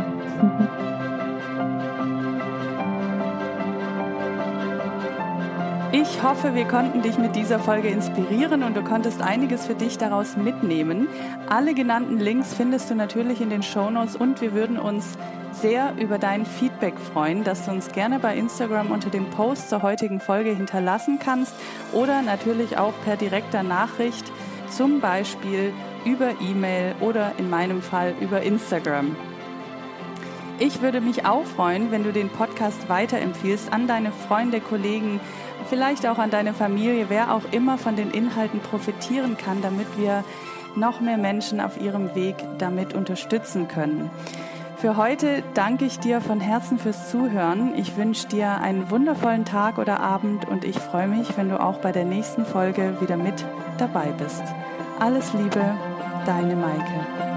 Ich hoffe, wir konnten dich mit dieser Folge inspirieren und du konntest einiges für dich daraus mitnehmen. Alle genannten Links findest du natürlich in den Shownotes und wir würden uns sehr über dein Feedback freuen, das du uns gerne bei Instagram unter dem Post zur heutigen Folge hinterlassen kannst oder natürlich auch per direkter Nachricht, zum Beispiel über E-Mail oder in meinem Fall über Instagram. Ich würde mich auch freuen, wenn du den Podcast weiterempfiehlst an deine Freunde, Kollegen, vielleicht auch an deine Familie, wer auch immer von den Inhalten profitieren kann, damit wir noch mehr Menschen auf ihrem Weg damit unterstützen können. Für heute danke ich dir von Herzen fürs Zuhören. Ich wünsche dir einen wundervollen Tag oder Abend und ich freue mich, wenn du auch bei der nächsten Folge wieder mit dabei bist. Alles Liebe, deine Maike.